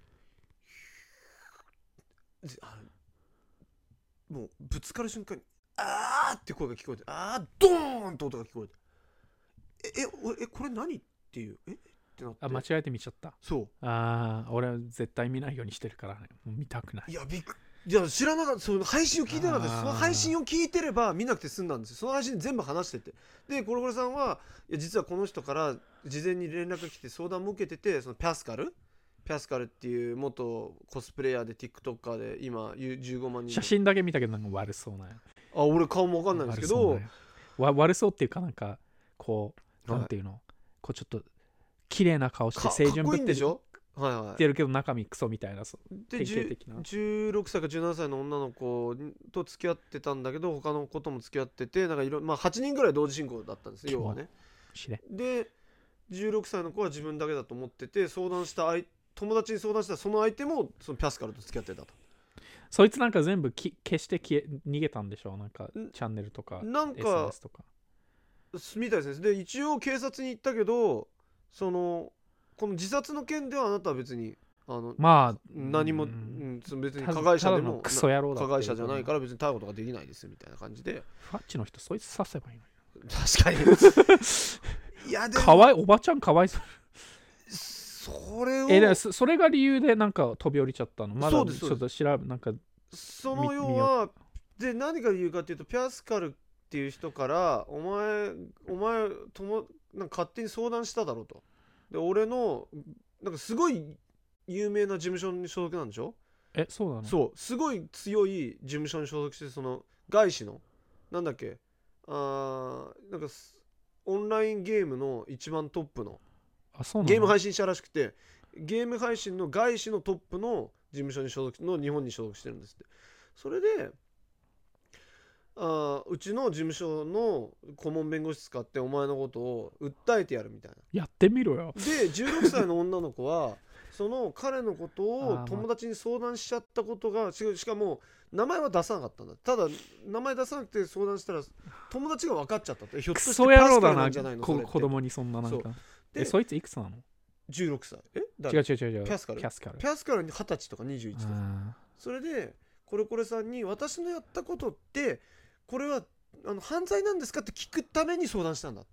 [SPEAKER 1] もうぶつかる瞬間にあーって声が聞こえて、ドーンって音が聞こえて、これ何っていうってなって、
[SPEAKER 2] 間違えて見ちゃった。
[SPEAKER 1] そう、
[SPEAKER 2] 俺は絶対見ないようにしてるからね、もう見たくない。
[SPEAKER 1] いや知らなかった。その配信を聞いてなかったです。その配信を聞いてれば見なくて済んだんですよ。その配信全部話してて、でコロコロさんはいや実はこの人から事前に連絡が来て相談も受けてて、そのピャスカルっていう元コスプレイヤーで TikToker で今15万人、
[SPEAKER 2] 写真だけ見たけどなんか悪そうな。
[SPEAKER 1] 俺顔も分かんないんですけど、
[SPEAKER 2] 悪そうっていうかなんかこうなんていうの、こうちょっと綺麗な顔して清純ぶってるってるけど中身クソみたいな、
[SPEAKER 1] で16歳か17歳の女の子と付き合ってたんだけど、他の子とも付き合ってて、なんか8人ぐらい同時進行だったんですよ、要はね。で16歳の子は自分だけだと思ってて、友達に相談したその相手もそのピャスカルと付き合ってたと。
[SPEAKER 2] そいつなんか全部消して逃げたんでしょ、なんかチャンネルとか
[SPEAKER 1] なんか
[SPEAKER 2] SNS とか
[SPEAKER 1] みたいですね。で一応警察に行ったけど、この自殺の件ではあなたは別に何も、別に加害者でも
[SPEAKER 2] クソ野郎だ
[SPEAKER 1] 加害者じゃないから別に逮捕とかできないですみたいな感じで、
[SPEAKER 2] ファッチの人そいつ刺せばいいのに。
[SPEAKER 1] 確かにいやでも
[SPEAKER 2] おばちゃんかわいそう。それが理由でなんか飛び降りちゃったの。まだちょっと調べなんか
[SPEAKER 1] その要はで何が理由かっていうと、ピャスカルっていう人からお前なんか勝手に相談しただろうと。で俺のなんかすごい有名な事務所に所属なんでしょ。
[SPEAKER 2] そうなの。
[SPEAKER 1] そうすごい強い事務所に所属して、その外資のなんだっけなんかオンラインゲームの一番トップのゲーム配信者らしくて、ゲーム配信の外資のトップの事務所に所属の日本に所属してるんですって。それでうちの事務所の顧問弁護士使ってお前のことを訴えてやるみたいな。
[SPEAKER 2] やってみろよ。
[SPEAKER 1] で16歳の女の子はその彼のことを友達に相談しちゃったことが、しかも名前は出さなかったんだ。ただ名前出さなくて相談したら友達が分かっちゃったって。ひょっとしてパスカルなんじゃないの。
[SPEAKER 2] 子供にそんななんか。そいついくつなの
[SPEAKER 1] ？16歳。
[SPEAKER 2] 違う。
[SPEAKER 1] ピャスカルに20歳とか21歳。それでコレコレさんに私のやったことってこれは犯罪なんですかって聞くために相談したんだって。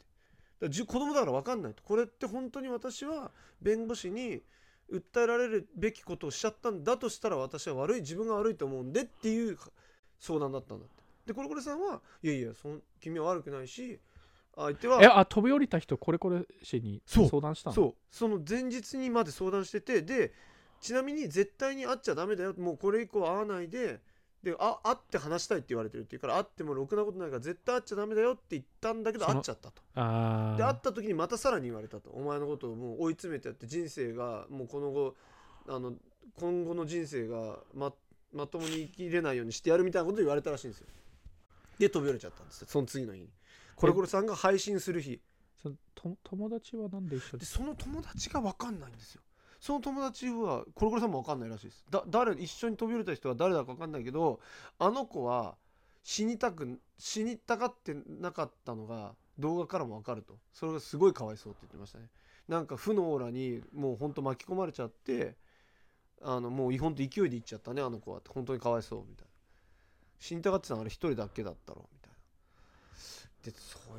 [SPEAKER 1] 子供だから分かんないと。これって本当に私は弁護士に訴えられるべきことをしちゃったんだとしたら私は自分が悪いと思うんでっていう相談だったんだって。でコレコレさんはいや君は悪くないし、相手は
[SPEAKER 2] 飛び降りた人コレコレ氏に相談したの。
[SPEAKER 1] その前日にまで相談してて、でちなみに絶対に会っちゃダメだよ、もうこれ以降会わないで会って話したいって言われてるって言うから、会ってもろくなことないから絶対会っちゃダメだよって言ったんだけど会っちゃったと。で会った時にまたさらに言われたと。お前のことをもう追い詰めてやって人生がもう今後の人生がまともに生きれないようにしてやるみたいなこと言われたらしいんですよ。で飛び降りちゃったんですよ、その次の日に。コレコレさんが配信する日。
[SPEAKER 2] 友達はなんで一緒
[SPEAKER 1] でその友達が分かんないんですよ。その友達はコレコレさんも分かんないらしいです。一緒に飛び降りた人は誰だか分かんないけど、あの子は死にたがってなかったのが動画からも分かると。それがすごいかわいそうって言ってましたね。なんか負のオーラにもうほんと巻き込まれちゃって、もうほんと勢いでいっちゃったねあの子はって。本当にかわいそうみたいな。死にたがってたのあれ一人だけだったろみたいな。で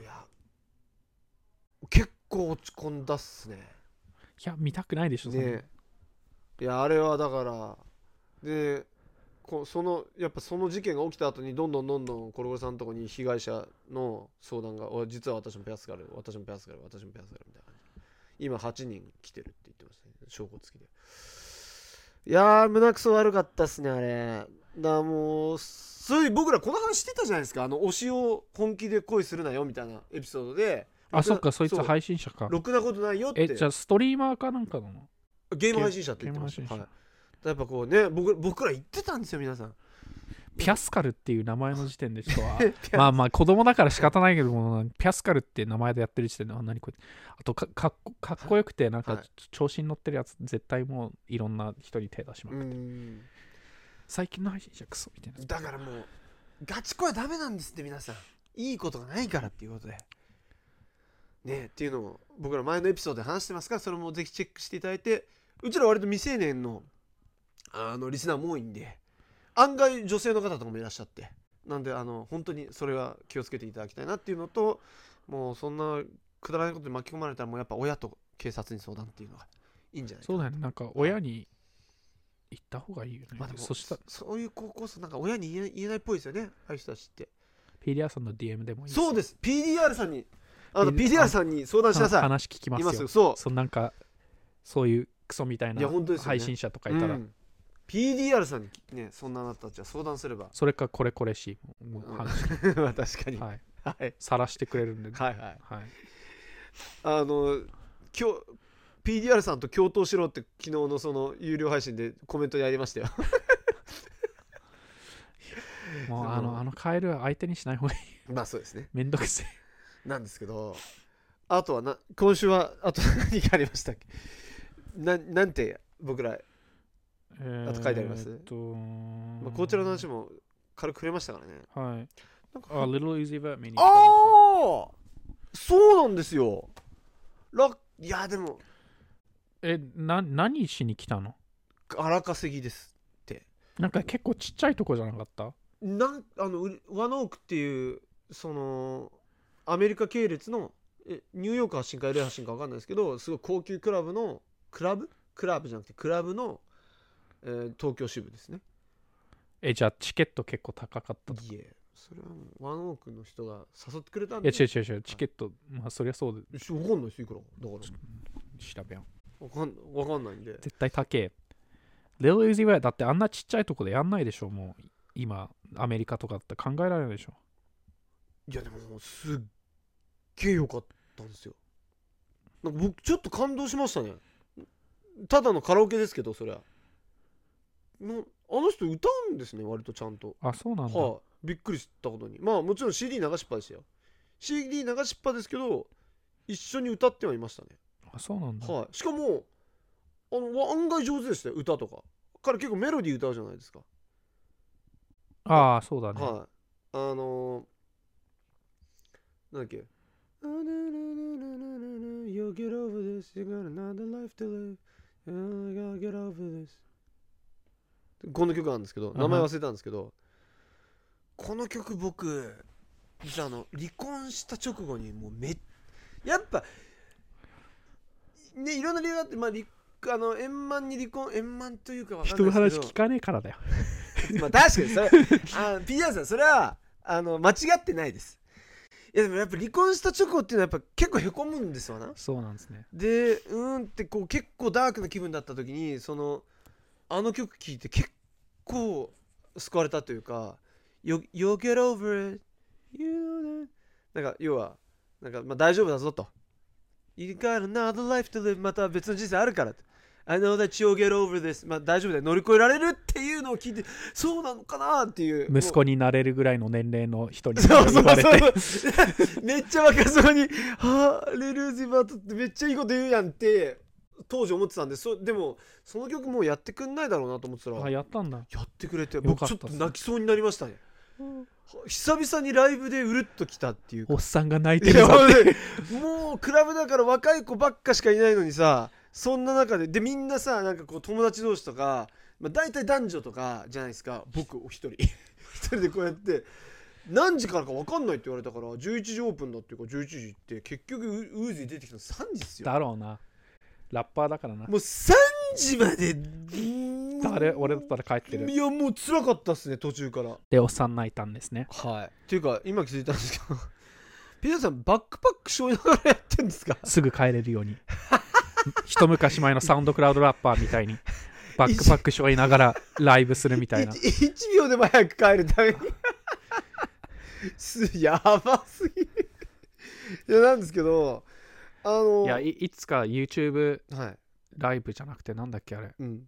[SPEAKER 1] 結構落ち込んだっすね。
[SPEAKER 2] いや見たくないでしょね。
[SPEAKER 1] いやあれはだからでやっぱその事件が起きた後にどんどんコレコレさんのとこに被害者の相談が、実は私もピャスカルみたいな感じ。今8人来てるって言ってましたね、証拠付きで。いや胸くそ悪かったっすねあれ。もうそういう僕らこの話してたじゃないですか。推しを本気で恋するなよみたいなエピソードで。
[SPEAKER 2] そっか、そいつ配信者か。
[SPEAKER 1] ろくなことないよって。
[SPEAKER 2] じゃあストリーマーかなんかなの？
[SPEAKER 1] ゲーム配信者って言ってました。はい、やっぱこうね、僕ら言ってたんですよ皆さん。
[SPEAKER 2] ピャスカルっていう名前の時点で人はまあまあ子供だから仕方ないけども、ピャスカルって名前でやってる時点で何これ、あとかっこよくてなんか調子に乗ってるやつ、絶対もういろんな人に手出しまくって、最近の配信者クソみたいな。
[SPEAKER 1] だからもうガチ恋はダメなんですって皆さん、いいことがないからっていうことでねっていうのを僕ら前のエピソードで話してますから、それもぜひチェックしていただいて、うちら割と未成年のリスナーも多いんで、案外女性の方とかもいらっしゃって、なんで本当にそれは気をつけていただきたいなっていうのと、もうそんなくだらないことに巻き込まれたらもうやっぱ親と警察に相談っていうのがいいんじゃないかな。
[SPEAKER 2] そうだよね、なんか親に言った方がいいよね。
[SPEAKER 1] まあ、でもそういう高校生なんか親に言えないっぽいですよね、ああいう人たちって。
[SPEAKER 2] PDR さんの DM でもいいです。
[SPEAKER 1] そうです、 PDR さんにPDR さんに相談しなさい。
[SPEAKER 2] 話聞きますよ。
[SPEAKER 1] そう
[SPEAKER 2] なんかそういうクソみたいな配信者とかいたら、
[SPEAKER 1] PDR さんにね、そんなあなたたちは相談すれば、
[SPEAKER 2] それかこれしもう話
[SPEAKER 1] 確かに、
[SPEAKER 2] はい晒してくれるんで、
[SPEAKER 1] はいはい、今日 PDR さんと共闘しろって昨日のその有料配信でコメントでやりましたよ
[SPEAKER 2] もうあのカエルは相手にしない方がいい。
[SPEAKER 1] まあそうですね、
[SPEAKER 2] めんどくせ
[SPEAKER 1] えなんですけど、あとは今週はあと何がありましたっけ。なんて僕らあと書いてあります。まあ、こちらの話も軽く触れましたからね。
[SPEAKER 2] はい。なんかLittle Uzi Vert見に行ったんですよ。
[SPEAKER 1] ああ、そうなんですよ。いやでも
[SPEAKER 2] 何しに来たの？
[SPEAKER 1] 荒稼ぎですって。
[SPEAKER 2] なんか結構ちっちゃいとこじゃなかった？
[SPEAKER 1] ワノークっていうそのアメリカ系列のニューヨーク発信か LA 発信か分かんないですけど、すごい高級クラブのクラブじゃなくてクラブの東京支部ですね。
[SPEAKER 2] じゃあチケット結構高かったとか？
[SPEAKER 1] いえ、それはもうワンオークの人が誘ってくれたんで。
[SPEAKER 2] いや違うチケット、まあそりゃそうで。
[SPEAKER 1] 分かんないですいくらだから
[SPEAKER 2] 調べよ
[SPEAKER 1] う。分かんないんで。
[SPEAKER 2] 絶対高え。Little Uzi Vert だってあんなちっちゃいとこでやんないでしょ。もう今アメリカとかって考えられないでしょ。
[SPEAKER 1] いやでもすっげえ良かったんですよ。なんか僕ちょっと感動しましたね。ただのカラオケですけど、そりゃあの人歌うんですね、割とちゃんと。
[SPEAKER 2] あ、そうなんだ。
[SPEAKER 1] はい、びっくりしたことに。まあもちろん CD 流しっぱでしたよ。 CD 流しっぱですけど一緒に歌ってはいましたね。
[SPEAKER 2] あ、そうなんだ。
[SPEAKER 1] はい、しかも案外上手でしたよ、歌とか。彼結構メロディー歌うじゃないですか。
[SPEAKER 2] ああ、そうだね。
[SPEAKER 1] はい、なんだっけ、You'll get over this, you got another life to live, you gotta get over this。 この曲なんですけど、名前忘れたんですけど、この曲僕実は離婚した直後にもうやっぱね、いろんな理由があって、まあ円満に離婚、円満というか分かんないですけど、
[SPEAKER 2] 人の話聞かねえからだよ
[SPEAKER 1] まあ確かにそれPDR さんそれは間違ってないです。いやでもやっぱ離婚した直後っていうのはやっぱ結構へこむんですわな。
[SPEAKER 2] そうなんですね。
[SPEAKER 1] でってこう結構ダークな気分だった時にあの曲聴いて結構救われたというか、You'll get over it, you know that、 なんか要はなんかまあ大丈夫だぞと、 You got another life to live、 また別の人生あるからと、 I know that you'll get over this、 まあ大丈夫だよ、乗り越えられるっていうのを聞いて、そうなのかなっていう、
[SPEAKER 2] 息子になれるぐらいの年齢の人に言われて
[SPEAKER 1] めっちゃ若そうにはあ、レルーズバートってめっちゃいいこと言うやんって当時思ってたんで、でもその曲もうやってくんないだろうなと思ってたら、
[SPEAKER 2] あ、やったんだ。
[SPEAKER 1] やってくれて、僕ちょっと泣きそうになりましたね。久々にライブでうるっときたっていうか、
[SPEAKER 2] おっさんが泣いてるぞって
[SPEAKER 1] もうクラブだから若い子ばっかしかいないのにさ、そんな中でみんなさ、なんかこう友達同士とか、まあ、大体男女とかじゃないですか。僕お一人一人でこうやって何時からか分かんないって言われたから、11時オープンだっていうか11時行って、結局ウーズに出てきたの3時ですよ。
[SPEAKER 2] だろうな、ラッパーだからな。
[SPEAKER 1] もう3時まで
[SPEAKER 2] 俺だったら帰ってる。
[SPEAKER 1] いやもう辛かったっすね、途中から。
[SPEAKER 2] でおっさん泣いたんですね。
[SPEAKER 1] はい。っていうか今気づいたんですけどピザさんバックパックしょいながらやってんですか？
[SPEAKER 2] すぐ帰れるように一昔前のサウンドクラウドラッパーみたいにバックパックしょいながらライブするみたいな。
[SPEAKER 1] 1秒でも早く帰るためにやばすぎるいやなんですけど
[SPEAKER 2] いやいつか YouTube
[SPEAKER 1] はい
[SPEAKER 2] ライブじゃなくてなんだっけあれ、
[SPEAKER 1] うん、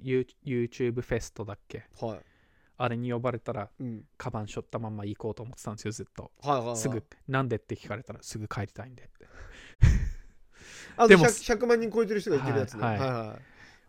[SPEAKER 2] YouTube フェストだっけ、
[SPEAKER 1] はい、
[SPEAKER 2] あれに呼ばれたら、
[SPEAKER 1] うん、
[SPEAKER 2] カバンしょったまま行こうと思ってたんですよずっと。
[SPEAKER 1] はいはいはい、
[SPEAKER 2] すぐなんでって聞かれたらすぐ帰りたいんで。
[SPEAKER 1] あ
[SPEAKER 2] でも
[SPEAKER 1] 100万人超えてる人が行けるやつね、
[SPEAKER 2] はい
[SPEAKER 1] はいはい、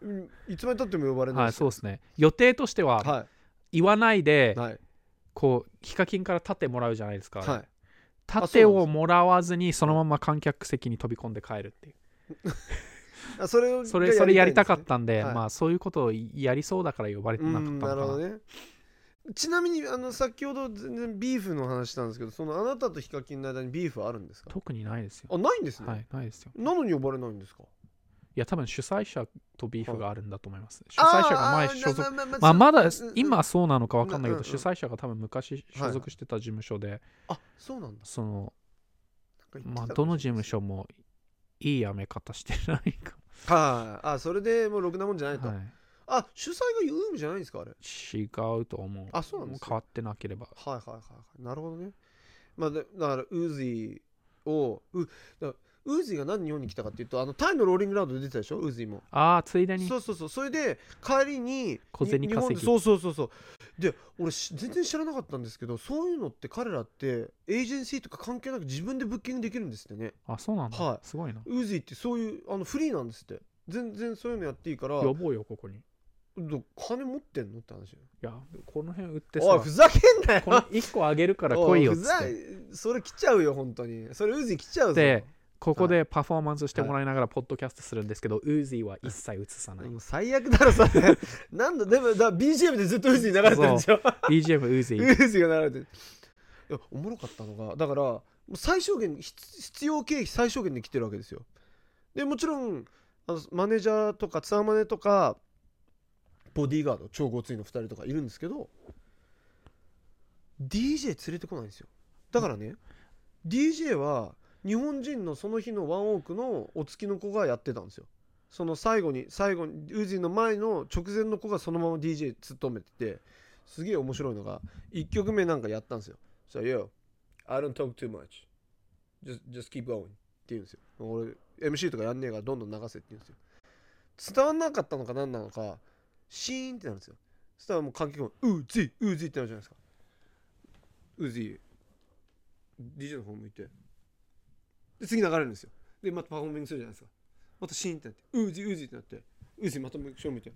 [SPEAKER 1] うん、いつまでたっても呼ばれない
[SPEAKER 2] はい、そうですね。予定としては、
[SPEAKER 1] は
[SPEAKER 2] 言わないで、
[SPEAKER 1] いはい
[SPEAKER 2] こうヒカキンから盾もらうじゃないですか、
[SPEAKER 1] はい、
[SPEAKER 2] 盾をもらわずにそのまま観客席に飛び込んで帰るっていう
[SPEAKER 1] あそれ
[SPEAKER 2] やりたかったんで、
[SPEAKER 1] はい、
[SPEAKER 2] まあそういうことをやりそうだから呼ばれてなかったのかな。
[SPEAKER 1] なるほどね。ちなみに先ほど全然ビーフの話したんですけど、そのあなたとヒカキンの間にビーフはあるんですか？
[SPEAKER 2] 特にないですよ。
[SPEAKER 1] あ、ないんですね。
[SPEAKER 2] はい、ないですよ。
[SPEAKER 1] なのに呼ばれないんですか？
[SPEAKER 2] いや多分主催者とビーフがあるんだと思います、
[SPEAKER 1] はい、
[SPEAKER 2] 主催者が前所属まだ今はそうなのか分かんないけど、主催者が多分昔所属してた事務所で、
[SPEAKER 1] あ、そうなんだ。
[SPEAKER 2] そのまあどの事務所もいい辞め方してないか。
[SPEAKER 1] はい、あ、それでもうろくなもんじゃないと、
[SPEAKER 2] はい、
[SPEAKER 1] あ、主催が言うんじゃないんですかあれ？
[SPEAKER 2] 違うと思う。
[SPEAKER 1] あ、そうなんですか。
[SPEAKER 2] 変わってなければ。
[SPEAKER 1] はいはいはい、なるほどね。まあだからウーズィをウーズィが何で日本に来たかっていうと、タイのローリングラウンドで出てたでしょ、ウーズィも。
[SPEAKER 2] ああ、ついでに。
[SPEAKER 1] そうそうそう、それで帰りに
[SPEAKER 2] 小銭稼ぎ。
[SPEAKER 1] 日本でそうそうそうそう。で、俺全然知らなかったんですけど、そういうのって彼らってエージェンシーとか関係なく自分でブッキングできるんですってね。
[SPEAKER 2] あ、そうなんだ。
[SPEAKER 1] はい、
[SPEAKER 2] すごいな。
[SPEAKER 1] ウーズィってそういうフリーなんですって。全然そういうのやっていいから。
[SPEAKER 2] 呼ぼうよここに。
[SPEAKER 1] 金持ってんのって話よ。
[SPEAKER 2] いやこの辺売ってさ、
[SPEAKER 1] おいふざけんなよ。
[SPEAKER 2] この1個あげるから来いよっつって。
[SPEAKER 1] それ来ちゃうよ本当に。それウーズィ来ちゃうぞ。
[SPEAKER 2] でここでパフォーマンスしてもらいながらポッドキャストするんですけど、ウーズィは一切映さない。
[SPEAKER 1] もう最悪だろそれ。なんだでもBGM でずっとウーズィ流れてるんでしょ。
[SPEAKER 2] BGM ウーズィ。
[SPEAKER 1] ウーズィが流れてる。いやおもろかったのが、だからもう最小限必要経費最小限で来てるわけですよ。でもちろんマネージャーとかツアーマネとかボディーガード超ごついの2人とかいるんですけど DJ 連れてこないんですよ。だからね DJ は日本人のその日のワンオークのお付きの子がやってたんですよ。その最後にウーズィの前の直前の子がそのまま DJ 務めてて、すげえ面白いのが1曲目なんかやったんですよ。So yo I don't talk too much just keep going って言うんですよ。俺 MC とかやんねえからどんどん流せって言うんですよ。伝わんなかったのか何なのかシーンってなるんですよ。そしたらもう観客もウーズィってなるじゃないですか。ウーズィ DJ の方向いてで次流れるんですよ。でまたパフォーミングするじゃないですか。またシーンってなってウーズィってなってウーズィまた正向いて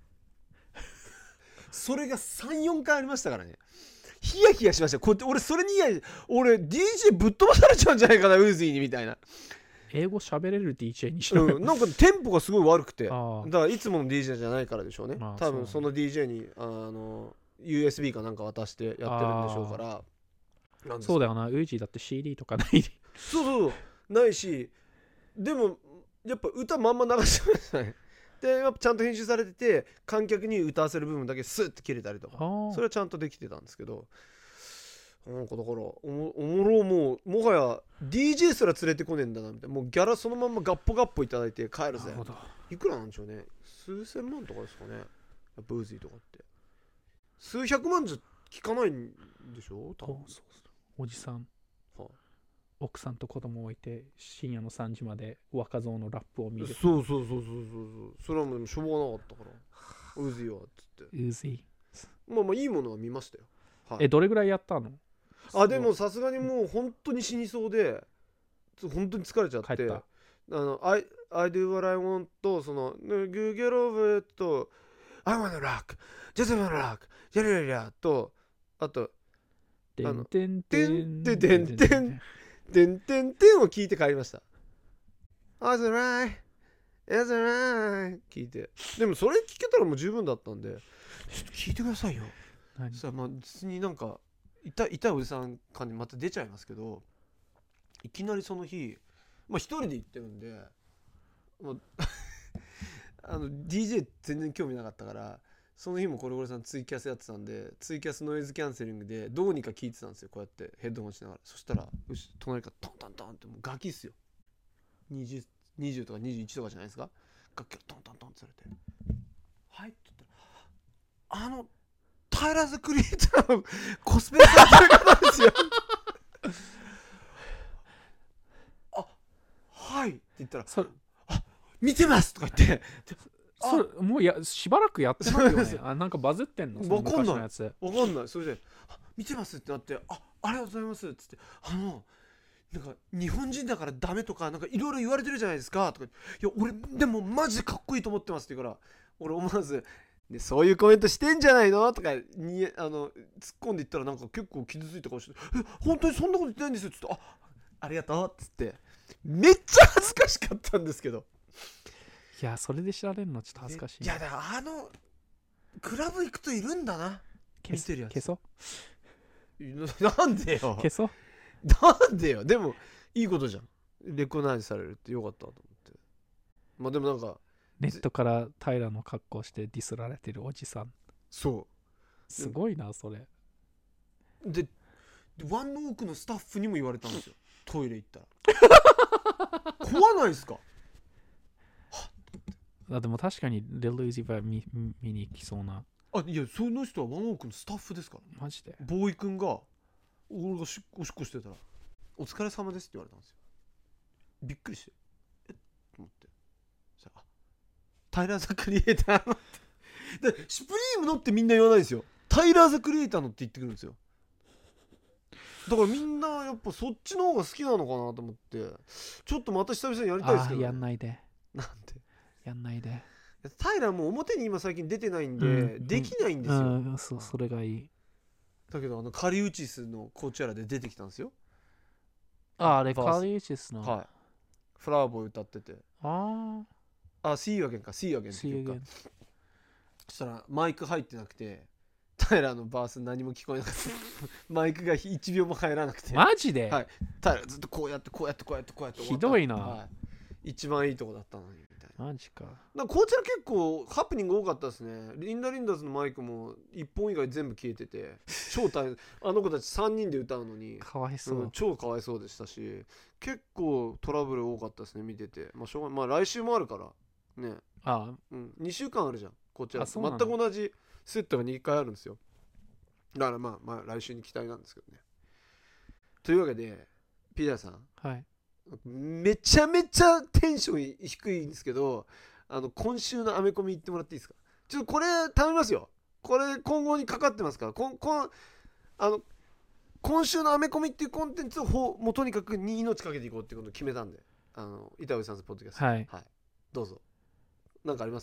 [SPEAKER 1] それが 3,4 回ありましたからね。ヒヤヒヤしました。こうやって俺それに俺 DJ ぶっ飛ばされちゃうんじゃないかなウーズィにみたいな。
[SPEAKER 2] 英語喋れる DJ にしろよ、
[SPEAKER 1] なんかテンポがすごい悪くて、だ
[SPEAKER 2] あ
[SPEAKER 1] からいつもの DJ じゃないからでしょうね。
[SPEAKER 2] あ
[SPEAKER 1] 多分その DJ にUSB かなんか渡してやってるんでしょうから。
[SPEAKER 2] そうだよな、ウージーだって CD とかない
[SPEAKER 1] そうないし、でもやっぱ歌まんま流してましたね。でやっぱちゃんと編集されてて観客に歌わせる部分だけスッて切れたりとか、それはちゃんとできてたんですけど、なんかだからおもろもはや DJ すら連れてこねえんだなみたいな。もうギャラそのまんまガッポガッポいただいて帰るぜ。いくらなんでしょうね。数千万とかですかね。ブーズィーとかって数百万じゃ効かないんでしょ多分。
[SPEAKER 2] おじさん、
[SPEAKER 1] はあ、
[SPEAKER 2] 奥さんと子供を置いて深夜の3時まで若造のラップを見る。
[SPEAKER 1] そうそれはもうしょうがなかったからウーズィーはっつって
[SPEAKER 2] ウーズィ
[SPEAKER 1] まあいいものは見ましたよ、
[SPEAKER 2] はい、どれぐらいやったの？
[SPEAKER 1] でもさすがにもう本当に死にそうで本当に疲れちゃって、I do what I want とその You get over it と I wanna rock just wanna rock やりゃりゃとあと
[SPEAKER 2] てんてんてん
[SPEAKER 1] てんてんてんてんてんてんを聞いて帰りました。That's right That's right 聞いて、でもそれ聞けたらもう十分だったんでちょっと聞いてくださいよ。さあまあ別になんか痛いおじさん感にまた出ちゃいますけど、いきなりその日一人で行ってるんでDJ 全然興味なかったから、その日もコレコレさんツイキャスやってたんでツイキャスノイズキャンセリングでどうにか聞いてたんですよ、こうやってヘッドホンしながら。そしたら隣からトントントンってもうガキっすよ。20とか21とかじゃないですか。楽器をトントントンってされて、はいって言ったらタイラーズ・クリエイターのコスプレされてる方ですよはいって言ったら見てますとか言って
[SPEAKER 2] それもうしばらくやってないよね。なんかバズってんの？その昔のやつ。
[SPEAKER 1] わかんない。それで見てますってなって、ありがとうございますっつって、なんか日本人だからダメとかなんかいろいろ言われてるじゃないですかとか、いや俺でもマジでかっこいいと思ってますって言うから、俺思わずでそういうコメントしてんじゃないのとかに突っ込んでいったら、なんか結構傷ついた顔して、本当にそんなこと言ってないんですよっつって、ありがとうっつって、めっちゃ恥ずかしかったんですけど。
[SPEAKER 2] いやそれで知られるのちょっと恥ずかしい。
[SPEAKER 1] いやだからクラブ行くといるんだな、見てるやつ。
[SPEAKER 2] 消そう
[SPEAKER 1] なんでよ
[SPEAKER 2] 消そう
[SPEAKER 1] なんでよ。でもいいことじゃん、レコナイズされるって。よかったと思って。まあでもなんか
[SPEAKER 2] ネットから平の格好してディスられてるおじさん。
[SPEAKER 1] そう
[SPEAKER 2] すごいなそれ
[SPEAKER 1] でワンオークのスタッフにも言われたんですよ、トイレ行ったら怖ないですか。
[SPEAKER 2] でも確かにリル・ウジは見に行きそうな。
[SPEAKER 1] いやその人はワンオークのスタッフですから。
[SPEAKER 2] マジで
[SPEAKER 1] ボーイ君が俺がおしっこしてたらお疲れ様ですって言われたんですよ。びっくりしてと思って、タイラー・ザ・クリエイターのってでシュプリームのってみんな言わないですよ、タイラー・ザ・クリエイターのって言ってくるんですよ。だからみんなやっぱそっちの方が好きなのかなと思って、ちょっとまた久々にやりたいですけど、ね、
[SPEAKER 2] やんないで
[SPEAKER 1] なんて
[SPEAKER 2] やんないで。
[SPEAKER 1] タイラーも表に今最近出てないんで、できないんですよ、
[SPEAKER 2] それがいい。
[SPEAKER 1] だけどカリウチスのコーチャラで出てきたんですよ。
[SPEAKER 2] あれカリウチスの、
[SPEAKER 1] はい、フラワーボーイ歌ってて、See you again か See you again っていうか、そしたらマイク入ってなくてタイラーのバース何も聞こえなかったマイクが1秒も入らなくて、
[SPEAKER 2] マジで、
[SPEAKER 1] はい、タイラーずっとこうやって
[SPEAKER 2] ひどいな、
[SPEAKER 1] はい、一番いいとこだったのにみたいな。
[SPEAKER 2] マジか。
[SPEAKER 1] なんかこちら結構ハプニング多かったですね。リンダーズのマイクも1本以外全部消えてて超大変あの子たち3人で歌うのに
[SPEAKER 2] かわいそう、
[SPEAKER 1] 超かわいそうでしたし、結構トラブル多かったですね見てて。しょうがない、来週もあるからね。2週間あるじゃんこちら。全く同じセットが2回あるんですよ。だからまあ来週に期待なんですけどね。というわけでピザさん、
[SPEAKER 2] はい、
[SPEAKER 1] めちゃめちゃテンション低いんですけど、今週のアメコミ言ってもらっていいですか。ちょっとこれ頼みますよ。これ今後にかかってますから。今週のアメコミっていうコンテンツをもうとにかくに命かけていこうっていうことを決めたんで、板尾さんのポッドキャスト、
[SPEAKER 2] はい
[SPEAKER 1] どうぞ。なんかあります？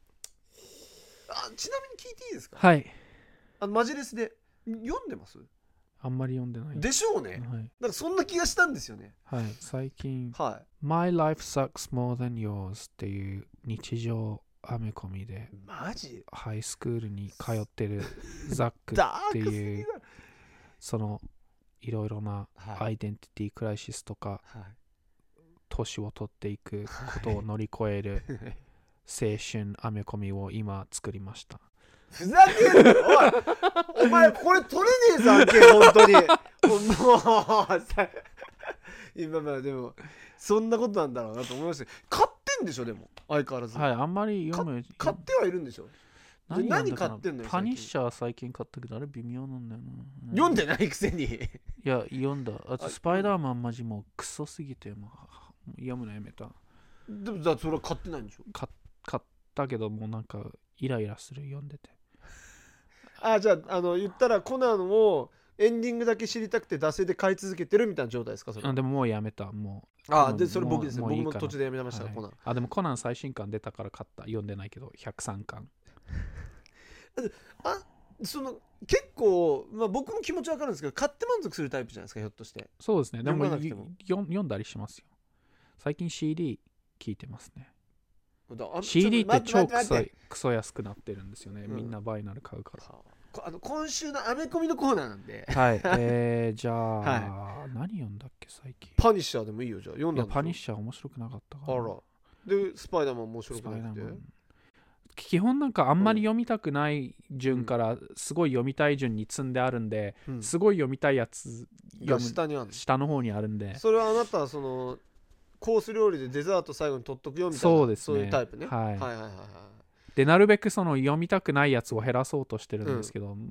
[SPEAKER 1] ちなみに聞いていいですか？
[SPEAKER 2] はい。
[SPEAKER 1] マジレスで読んでます？
[SPEAKER 2] あんまり読んでない
[SPEAKER 1] でしょうね、はい、なんかそんな気がしたんですよね。
[SPEAKER 2] はい、最近、
[SPEAKER 1] はい、
[SPEAKER 2] My Life Sucks More Than Yours っていう日常アメコミで、
[SPEAKER 1] マジ
[SPEAKER 2] ハイスクールに通ってるザックっていうそのいろいろなアイデンティティクライシスとか、年を取っていくことを乗り越える青春アメコミを今作りました。
[SPEAKER 1] ふざけんなお前これ取れねえぞ案件本当にもうさ今でもそんなことなんだろうなと思いました。買ってんでしょでも相変わらず。
[SPEAKER 2] はい、あんまり読む
[SPEAKER 1] 買ってはいるんでしょ。何買ってんのよ。
[SPEAKER 2] パニッシャー最近買ったけどあれ微妙なんだよな。
[SPEAKER 1] 読んでないくせに。い
[SPEAKER 2] や読んだ。あとスパイダーマンマジもうクソすぎてもう読むのやめた。
[SPEAKER 1] でもだそれは買ってないんでしょ。
[SPEAKER 2] 買ったけどもうなんかイライラする読んでて。
[SPEAKER 1] じゃあ言ったらコナンをエンディングだけ知りたくて惰性で買い続けてるみたいな状態ですかそれ。
[SPEAKER 2] でももうやめた。も
[SPEAKER 1] うでそれ僕ですね。僕も途中でやめました、
[SPEAKER 2] はい、
[SPEAKER 1] コナン。
[SPEAKER 2] でもコナン最新刊出たから買った。読んでないけど103巻
[SPEAKER 1] 結構、僕も気持ちわかるんですけど買って満足するタイプじゃないですかひょっとして。
[SPEAKER 2] そうですね。でも読んだりしますよ。最近 CD 聞いてますね。CD って超クソ安くなってるんですよね、みんなバイナル買うから。
[SPEAKER 1] 今週のアメコミのコーナーなんで
[SPEAKER 2] はいじゃあ、何読んだっけ最近。
[SPEAKER 1] パニッシャーでもいいよ。じゃあ読んだんでしょ。
[SPEAKER 2] パニッシャー面白くなかったから。
[SPEAKER 1] でスパイダーマン面白くなくて、
[SPEAKER 2] 基本なんかあんまり読みたくない順からすごい読みたい順に積んであるんで、すごい読みたいやつ
[SPEAKER 1] が下にある、
[SPEAKER 2] 下の方にあるんで、
[SPEAKER 1] それはあなたはそのコース料理でデザート最後に取っとくよみたいな。そうですね、そういうタイプね。はい
[SPEAKER 2] でなるべくその読みたくないやつを減らそうとしてるんですけど、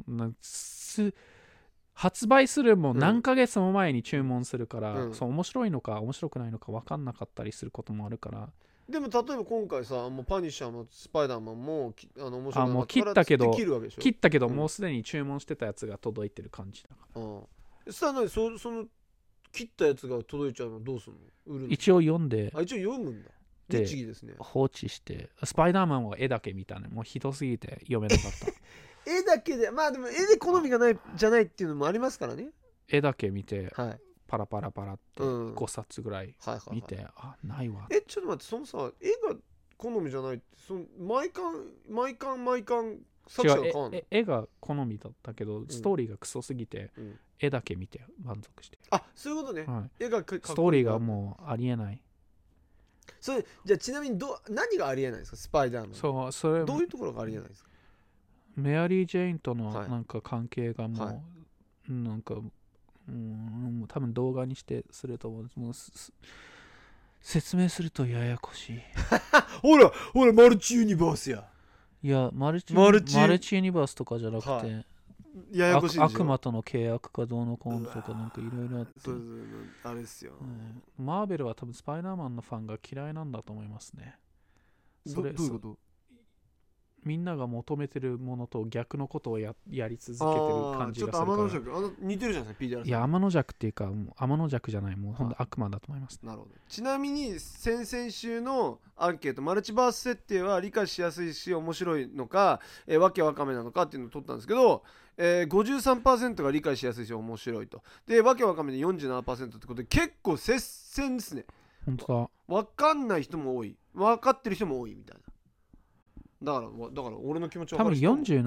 [SPEAKER 2] 発売するも何ヶ月も前に注文するから、そう面白いのか面白くないのか分かんなかったりすることもあるから、
[SPEAKER 1] でも例えば今回さ、もうパニッシャーもスパイダーマンも面白い
[SPEAKER 2] もう切ったけど
[SPEAKER 1] うん、
[SPEAKER 2] もうすでに注文してたやつが届いてる感じだから。
[SPEAKER 1] さあ何その切ったやつが届いちゃうのどうするの？売るの？
[SPEAKER 2] 一応読んで、
[SPEAKER 1] 一応読むんだ。
[SPEAKER 2] で
[SPEAKER 1] 律儀ですね。
[SPEAKER 2] 放置して、スパイダーマンは絵だけ見たね。もうひどすぎて読めなかった。
[SPEAKER 1] 絵だけで、まあでも絵で好みがないじゃないっていうのもありますからね。
[SPEAKER 2] 絵だけ見て、
[SPEAKER 1] はい。
[SPEAKER 2] パラパラパラって5冊ぐらい見て、
[SPEAKER 1] はい
[SPEAKER 2] あ、ないわ。
[SPEAKER 1] ちょっと待って、そのさ、絵が好みじゃないって、毎巻作者が変わんの？
[SPEAKER 2] 絵が好みだったけど、ストーリーがクソすぎて、絵だけ見て満足して。
[SPEAKER 1] そういうことね。
[SPEAKER 2] はい、
[SPEAKER 1] 絵が
[SPEAKER 2] ストーリーがもうありえない。
[SPEAKER 1] じゃあちなみに何がありえないですか、スパイダーマン？それどういうところがありえないですか？
[SPEAKER 2] メアリー・ジェインとのなんか関係がもう、なんか、多分動画にしてすると思うんです。もう説明するとややこしい。
[SPEAKER 1] ほらマルチユニバースや。
[SPEAKER 2] いや、マルチユニバースとかじゃなくて、
[SPEAKER 1] ややこしいでしょ。
[SPEAKER 2] 悪魔との契約かどうのこうのとかなんかいろいろあって、
[SPEAKER 1] あれですよ、
[SPEAKER 2] マーベルは多分スパイダーマンのファンが嫌いなんだと思いますね。
[SPEAKER 1] どういうこと？
[SPEAKER 2] みんなが求めてるものと逆のことをやり続けてる感じがするから。ちょっと
[SPEAKER 1] 天の弱似てるじゃないですか、PDR さん。
[SPEAKER 2] いや、天の弱っていうか、天の弱じゃない、もうほんと悪魔だと思います。
[SPEAKER 1] なるほど。ちなみに先々週のアンケート、マルチバース設定は理解しやすいし面白いのか、わけわかめなのかっていうのを取ったんですけど、53% が理解しやすいし面白いと。で、わけわかめで 47% ってことで結構接戦ですね。
[SPEAKER 2] 本当だ。
[SPEAKER 1] わかんない人も多い、分かってる人も多いみたいな。だから俺の気持ちは
[SPEAKER 2] 多分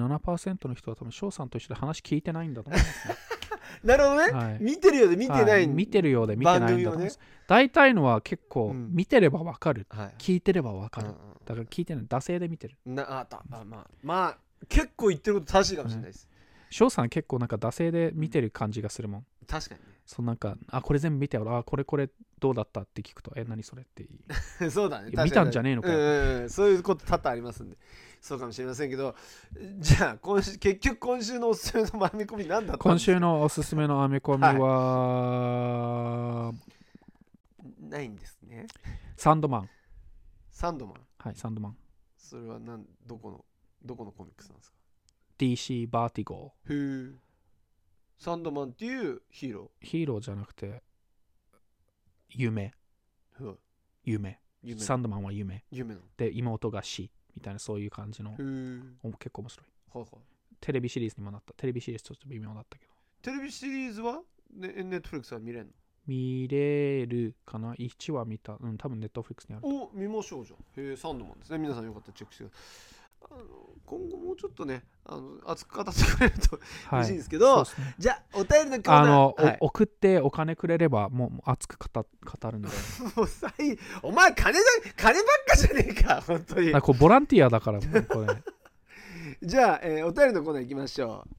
[SPEAKER 2] 47% の人は多分翔さんと一緒で話聞いてないんだと思いますね。
[SPEAKER 1] なるほどね、はい、見てるようで見てない、はい、
[SPEAKER 2] 見てるようで見てないんだと思います、ね、大体のは結構、見てれば分かる、聞いてれば分かる、だから聞いてない、惰性で見てる。
[SPEAKER 1] まあ結構言ってること正しいかもしれないです。
[SPEAKER 2] 翔さん結構なんか惰性で見てる感じがするもん。
[SPEAKER 1] 確かにね。
[SPEAKER 2] そうなんかこれ全部見てよ、これどうだったって聞くと何それって
[SPEAKER 1] そうだね、
[SPEAKER 2] 見たんじゃねえのか
[SPEAKER 1] よ、そういうこと多々ありますんで、そうかもしれませんけど、じゃあ結局今週のおすすめのアメコミ何だったんですか？
[SPEAKER 2] 今週のおすすめのアメコミは、
[SPEAKER 1] ないんですね。
[SPEAKER 2] サンドマン。
[SPEAKER 1] はい、
[SPEAKER 2] サンドマン。
[SPEAKER 1] それはどこのコミックスなんですか？
[SPEAKER 2] DC バーティゴ。
[SPEAKER 1] へえ。サンドマンっていうヒーロ
[SPEAKER 2] ーじゃなくて夢。サンドマンは夢で、妹が死みたいな、そういう感じの結構面白い、テレビシリーズにもなった。テレビシリーズちょっと微妙だったけど。
[SPEAKER 1] テレビシリーズはネットフリックスは見れるの？
[SPEAKER 2] 見れるかな。1話見た。多分ネットフリックスにある。
[SPEAKER 1] 見ましょうじゃん。へえ、サンドマンですね。皆さんよかったらチェックしてください。今後もうちょっとね、熱く語ってくれると嬉しいんですけど、じゃあお便りのコーナー、
[SPEAKER 2] 送ってお金くれればもう熱く語るので
[SPEAKER 1] もうお前金ばっかじゃねえか本当に。
[SPEAKER 2] これボランティアだからもうこれ
[SPEAKER 1] じゃあ、お便りのコーナー行きましょう。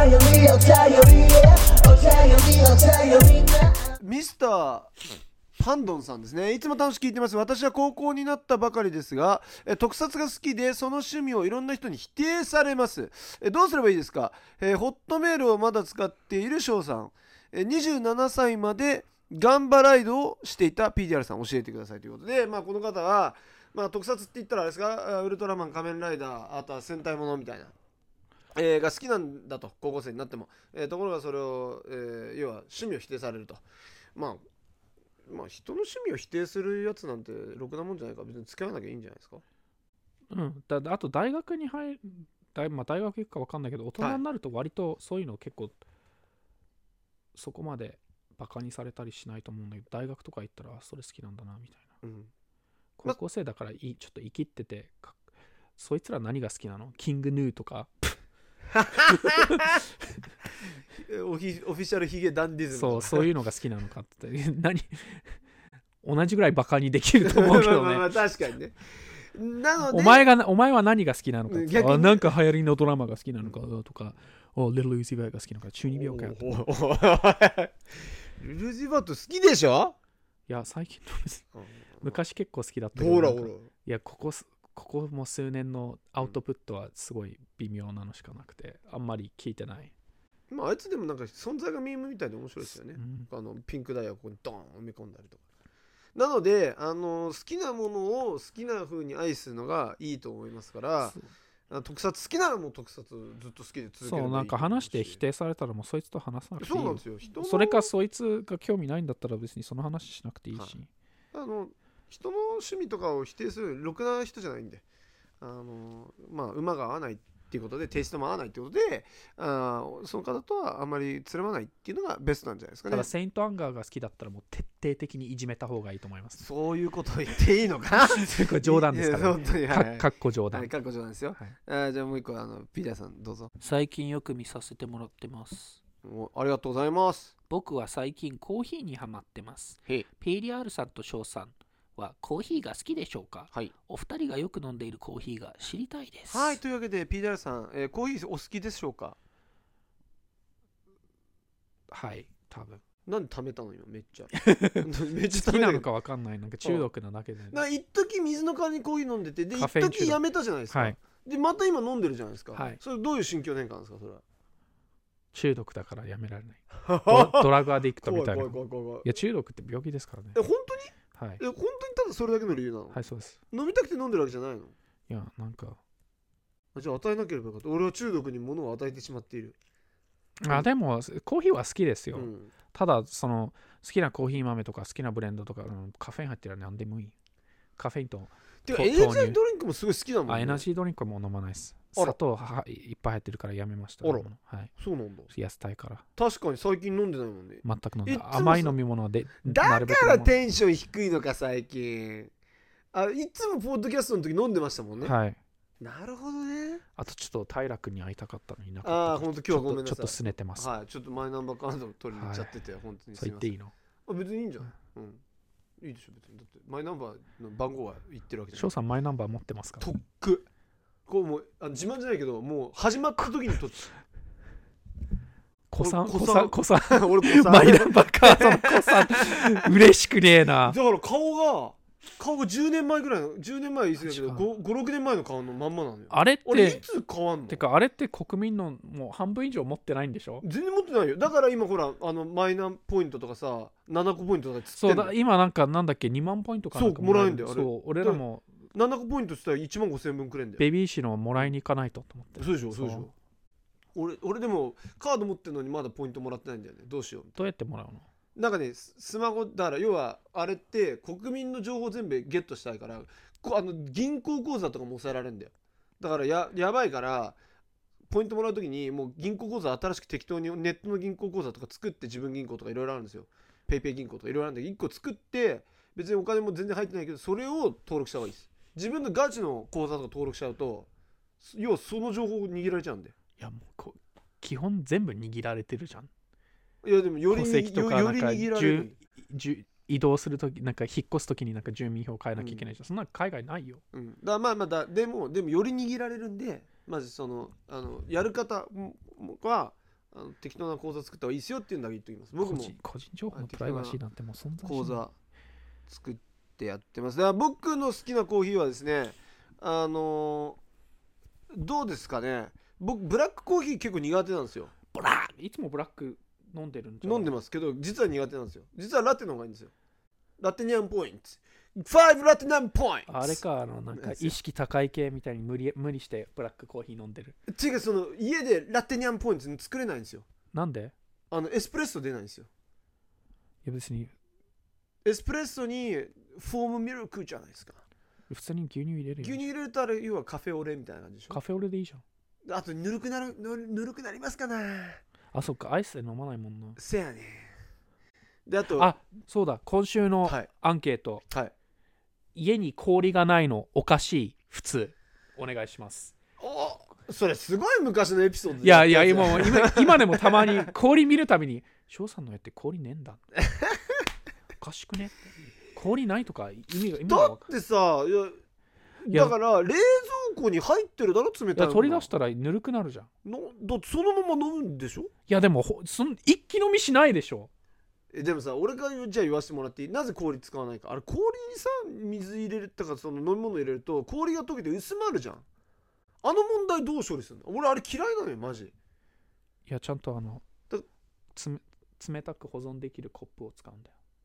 [SPEAKER 1] ミスターパンドンさんですね。いつも楽しく聞いてます。私は高校になったばかりですが、特撮が好きでその趣味をいろんな人に否定されます。どうすればいいですか？ホットメールをまだ使っている翔さん、27歳までガンバライドをしていた PDR さん、教えてくださいということで、この方は、特撮って言ったらあれですか、ウルトラマン、仮面ライダー、あとは戦隊ものみたいな、が好きなんだと、高校生になっても。ところがそれを、要は趣味を否定されると。人の趣味を否定するやつなんてろくなもんじゃないから、別に付き合わなきゃいいんじゃないですか。
[SPEAKER 2] あと大学に入る、大学行くか分かんないけど、大人になると割とそういうの結構、そこまでバカにされたりしないと思うんだけど、大学とか行ったらそれ好きなんだなみたいな、高校生だからちょっと生きってて、そいつら何が好きなの？キングヌーとか
[SPEAKER 1] オフィシャルヒゲダンディズ
[SPEAKER 2] ム、そういうのが好きなのかって同じぐらいバカにできると思うけどね
[SPEAKER 1] 確かにね。なので
[SPEAKER 2] お前は何が好きなのかって、なんか流行りのドラマが好きなのかとか、リル・ウィズ・バーが好きなのか、中二病かよとか。
[SPEAKER 1] リル・ウィズ・バート好きでしょ？
[SPEAKER 2] いや最近の昔結構好きだった
[SPEAKER 1] けど、い
[SPEAKER 2] やここも数年のアウトプットはすごい微妙なのしかなくて、あんまり聞いてない。
[SPEAKER 1] あいつでもなんか存在がミームみたいで面白いですよね、ピンクダイヤをここにドーン埋め込んだりとか。 なので好きなものを好きな風に愛するのがいいと思いますから、特撮好きならもう特撮ずっと好きで続けるのがいい。
[SPEAKER 2] そう、なんか話して否定されたらもうそいつと話さなくていい。
[SPEAKER 1] そうなんですよ。
[SPEAKER 2] それかそいつが興味ないんだったら別にその話しなくていいし、はい、
[SPEAKER 1] 人の趣味とかを否定するろくな人じゃないんで、馬が合わないっていうことでテイストも合わないっていうことで、その方とはあまりつるまないっていうのがベストなんじゃないですかね。
[SPEAKER 2] ただセイントアンガーが好きだったらもう徹底的にいじめた方がいいと思います。
[SPEAKER 1] そういうことを言っていいのか
[SPEAKER 2] これ冗談ですから、ね、
[SPEAKER 1] 本当に、はい、
[SPEAKER 2] かっこ冗談、
[SPEAKER 1] はい、かっこ冗談ですよ、はい、じゃあもう一個ピーターさんどうぞ。
[SPEAKER 3] 最近よく見させてもらってます。
[SPEAKER 1] ありがとうございます。
[SPEAKER 3] 僕は最近コーヒーにハマってます。PDR さんと翔さんはコーヒーが好きでしょうか？はい、お二人がよく飲んでいるコーヒーが知りたいです。
[SPEAKER 1] はい、というわけで PDR さん、コーヒーお好きでしょうか？
[SPEAKER 2] はい、多分。
[SPEAKER 1] なんで溜めたの今めっちゃ
[SPEAKER 2] めっちゃ好きなのか分かんない、なんか中毒なだけで、ね、
[SPEAKER 1] 一時水の代わりにコーヒー飲んでて、で一時やめたじゃないですか、はい、でまた今飲んでるじゃないですか、はい、それどういう心境変化なんですか？それは
[SPEAKER 2] 中毒だからやめられないドラッグアディクトみたいな。いや中毒って病気ですからね。
[SPEAKER 1] 本当に？はい、本当にただそれだけの理由なの？
[SPEAKER 2] はい、そうです。
[SPEAKER 1] 飲みたくて飲んでるわけじゃないの？
[SPEAKER 2] いや、なんか
[SPEAKER 1] じゃあ与えなければよかった。俺は中毒に物を与えてしまっている。
[SPEAKER 2] でもコーヒーは好きですよ、ただその好きなコーヒー豆とか好きなブレンドとか、カフェイン入ってるら何でもいい。カフェインと
[SPEAKER 1] エナジードリンクもすごい好きだもんね。
[SPEAKER 2] エナジードリンクはもう飲まないです。砂糖いっぱい入ってるからやめました。はい、
[SPEAKER 1] そうなんだ。
[SPEAKER 2] 安たいから。
[SPEAKER 1] 確かに最近飲んでないもんね。
[SPEAKER 2] 全く飲んでない。甘い飲み物はで
[SPEAKER 1] だからテンション低いのか最近。いつもポッドキャストの時飲んでましたもんね。はい。なるほどね。
[SPEAKER 2] あとちょっと平君に会いたかったのになかった。
[SPEAKER 1] 本当今日はごめんなさい。
[SPEAKER 2] ちょっと拗ねてます。
[SPEAKER 1] はい。ちょっとマイナンバーカード取りに行っちゃってて、本当に
[SPEAKER 2] すいません。そう言っていいの？
[SPEAKER 1] 別にいいんじゃない？いいでしょ別に。だってマイナンバーの番号は言ってるわけじゃん。
[SPEAKER 2] 翔さんマイナンバー持ってますか？
[SPEAKER 1] とっく。こうもう自慢じゃないけど、もう始まった時にとって。
[SPEAKER 2] 子さん
[SPEAKER 1] 俺子さん
[SPEAKER 2] マイナンバーカードの子さん嬉しくねえな。
[SPEAKER 1] だから顔が10年前ぐらいの、10年前言い過ぎだけど 5,6 年前の顔のまんまなのよ。
[SPEAKER 2] あれって
[SPEAKER 1] 俺いつ変わんの？
[SPEAKER 2] てかあれって国民のもう半分以上持ってないんでしょ？
[SPEAKER 1] 全然持ってないよ。だから今ほらマイナポイントとかさ7個ポイントとかつってんの。
[SPEAKER 2] そうだ、今なんだっけ2万ポイントかなんか
[SPEAKER 1] もらえるんだよ。
[SPEAKER 2] そう俺らも
[SPEAKER 1] 7個ポイントしたら1万5,000分くれんだよ。
[SPEAKER 2] ベビーシーのもらいに行かないと思って。
[SPEAKER 1] そうでしょそうでしょ。俺でもカード持ってるのにまだポイントもらってないんだよね。どうしよう。
[SPEAKER 2] どうやってもらうの？
[SPEAKER 1] なんかね、スマホだから要はあれって国民の情報全部ゲットしたいから銀行口座とかも抑えられるんだよ。だからやばいからポイントもらうときにもう銀行口座新しく適当にネットの銀行口座とか作って、自分銀行とかいろいろあるんですよ。ペイペイ銀行とかいろいろあるんだけど、1個作って別にお金も全然入ってないけどそれを登録した方がいいです。自分のガチの口座とか登録しちゃうと要はその情報を握られちゃうんで。
[SPEAKER 2] いやもう基本全部握られてるじゃん。
[SPEAKER 1] いやでもより握られる。
[SPEAKER 2] 移動するときなんか引っ越すときになんか住民票変えなきゃいけないじゃん、そんな海外ないよ。
[SPEAKER 1] だまあでもより握られるんで、まずやる方は適当な口座作った方がいいですよっていうのだけ言っておきます。僕も
[SPEAKER 2] 個人情報のプライバシーなんてもう存在しない。
[SPEAKER 1] 口座作ってやってます。だから僕の好きなコーヒーはですね、どうですかね。僕ブラックコーヒー結構苦手なんですよ。
[SPEAKER 2] いつもブラック飲んでるんじゃ
[SPEAKER 1] 飲んでますけど実は苦手なんですよ。実はラテの方がいいんですよ。ラテニャンポイント5ラテニャンポイント。
[SPEAKER 2] あれかなんか意識高い系みたいに無理してブラックコーヒー飲んでる。
[SPEAKER 1] 違う、家でラテニャンポイント作れないんですよ。
[SPEAKER 2] なんで？
[SPEAKER 1] エスプレッソ出ないんですよ。
[SPEAKER 2] いや別に
[SPEAKER 1] エスプレッソにフォームミルクじゃないですか。
[SPEAKER 2] 普通に牛乳入れるよ。
[SPEAKER 1] 牛乳入れるとあれ要はカフェオレみたいな感じでしょ。
[SPEAKER 2] カフェオレでいいじゃん。
[SPEAKER 1] あとぬるくなりますかな。
[SPEAKER 2] あ、そっか、アイスで飲まないもんな。
[SPEAKER 1] せやね。であと
[SPEAKER 2] そうだ、今週のアンケート、
[SPEAKER 1] はい、
[SPEAKER 2] 家に氷がないのおかしい普通お願いします。
[SPEAKER 1] それすごい昔のエピソード。
[SPEAKER 2] いや今でもたまに氷見るたびに翔さんのやって氷ねえんだおかしくねって。氷ないとか意味が
[SPEAKER 1] だってさ、だから冷蔵庫に入ってるだろ冷たいの。
[SPEAKER 2] 取り出したらぬるくなるじゃん。
[SPEAKER 1] だってそのまま飲むんでしょ。い
[SPEAKER 2] やでも一気飲みしないでしょ。
[SPEAKER 1] でもさ、俺がじゃあ言わせてもらっていい？なぜ氷使わないか。あれ氷にさ水入れるとか飲み物入れると氷が溶けて薄まるじゃん。問題どう処理するの？俺あれ嫌いなのよマジ。い
[SPEAKER 2] やちゃんと冷たく保存できるコップを使うんだよ。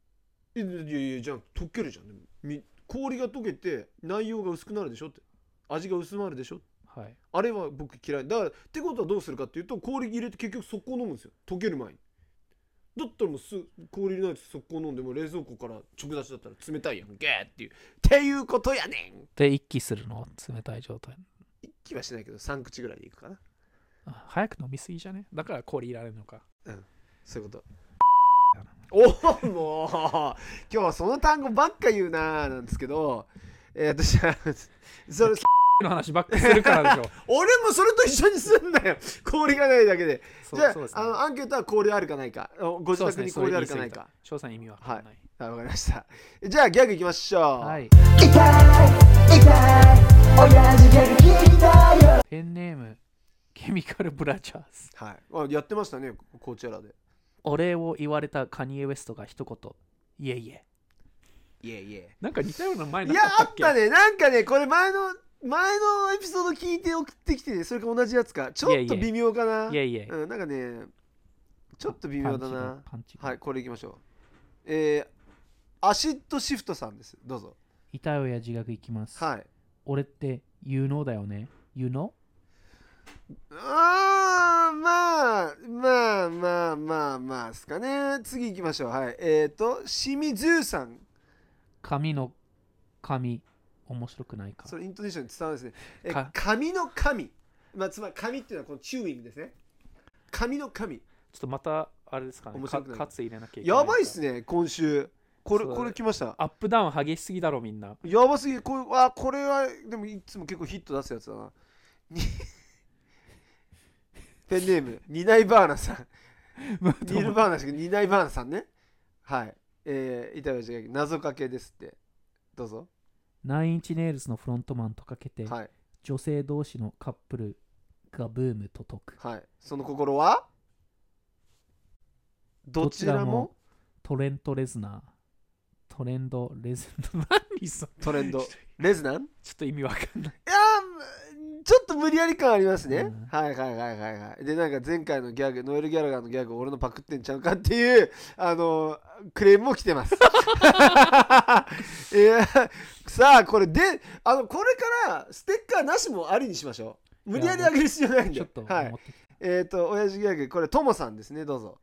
[SPEAKER 1] いやじゃあ溶けるじゃん。氷が溶けて内容が薄くなるでしょって、味が薄まるでしょ。
[SPEAKER 2] はい。
[SPEAKER 1] あれは僕嫌いだから。ってことはどうするかっていうと、氷入れて結局速攻飲むんですよ、溶ける前に。だったらもう氷入れないと速攻飲んでも冷蔵庫から直出しだったら冷たいやんゲーっていうことやねん。
[SPEAKER 2] で一気するの冷たい状態。
[SPEAKER 1] 一気はしないけど3口ぐらいでいくかな。
[SPEAKER 2] 早く飲みすぎじゃね。だから氷いられるのか。
[SPEAKER 1] うん、そういうこと。おお、もう今日はその単語ばっか言うなーなんですけど、私はそれ
[SPEAKER 2] の話ばっかするからでしょ。
[SPEAKER 1] 俺もそれと一緒にすんなよ、氷がないだけで。じゃあ、
[SPEAKER 2] そうですね、
[SPEAKER 1] アンケートは氷あるかないか、ご自宅に氷あるかないか。
[SPEAKER 2] 詳細意味は分からない。
[SPEAKER 1] はい、わかりました。じゃあギャグいきましょう。
[SPEAKER 2] はい。
[SPEAKER 4] 親父ギャグ聞きたいよ。
[SPEAKER 2] ペンネームケミカルブラザーズ。
[SPEAKER 1] はい。やってましたね、コーチェラで。
[SPEAKER 2] お礼を言われたカニエ・ウェストが一言、イエイエ。
[SPEAKER 1] イエイエ。
[SPEAKER 2] なんか似たような前な
[SPEAKER 1] いや、
[SPEAKER 2] かったっけ。
[SPEAKER 1] あったね。なんかね、これ前のエピソード聞いて送ってきてね、それか同じやつか。ちょっと微妙かな。
[SPEAKER 2] イエイエ。
[SPEAKER 1] うん、なんかね、ちょっと微妙だな。はい、これいきましょう。アシッドシフトさんです。どうぞ。
[SPEAKER 2] 痛い親父ギャグいきます。
[SPEAKER 1] はい。
[SPEAKER 2] 俺って You know だよね。You know？
[SPEAKER 1] まあですかね。次行きましょう。はい。清水さん。
[SPEAKER 2] 神の神、面白くないか。
[SPEAKER 1] それイントネーションに伝わるんですね。神の神。つまり神っていうのはこのチューイングですね。神の神。
[SPEAKER 2] ちょっとまたあれですかね。カツ入れなきゃいけない。
[SPEAKER 1] やばいっすね、今週。これ来ました。
[SPEAKER 2] アップダウン激しすぎだろみんな。
[SPEAKER 1] やばすぎ。これはでもいつも結構ヒット出すやつだな。ペンネームニナイバーナさん。ニールバーナしかニナイバーナさんね。はい。板橋が謎かけですって。どうぞ。
[SPEAKER 2] ナインチネイルズのフロントマンとかけて、
[SPEAKER 1] はい、
[SPEAKER 2] 女性同士のカップルがブームと解く。
[SPEAKER 1] はい。その心はどちらも
[SPEAKER 2] トレンドレズナー。トレンドレズナー。何それ。
[SPEAKER 1] トレンドレズナー。
[SPEAKER 2] ちょっと意味わかんない。
[SPEAKER 1] いやちょっと無理やり感ありますね。はい。で、なんか前回のギャグ、ノエル・ギャラガーのギャグ俺のパクってんちゃうかっていうクレームも来てます。さあこれでこれからステッカーなしもありにしましょう。無理やりあげる必要ないんで。
[SPEAKER 2] ちょっと
[SPEAKER 1] はい。親父ギャグ、これトモさんですね。どうぞ。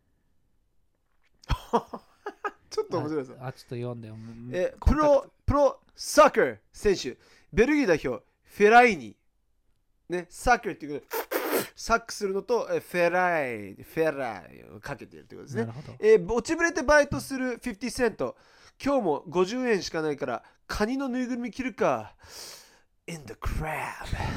[SPEAKER 1] ちょっと面白いです。
[SPEAKER 2] ちょっと読んでよ。
[SPEAKER 1] プロサッカー選手、ベルギー代表フェライニね、サッカーっていうことでサックするのとフェライをかけているということですね。落ちぶれてバイトする50セント、今日も50円しかないからカニのぬいぐるみ着るか In the crab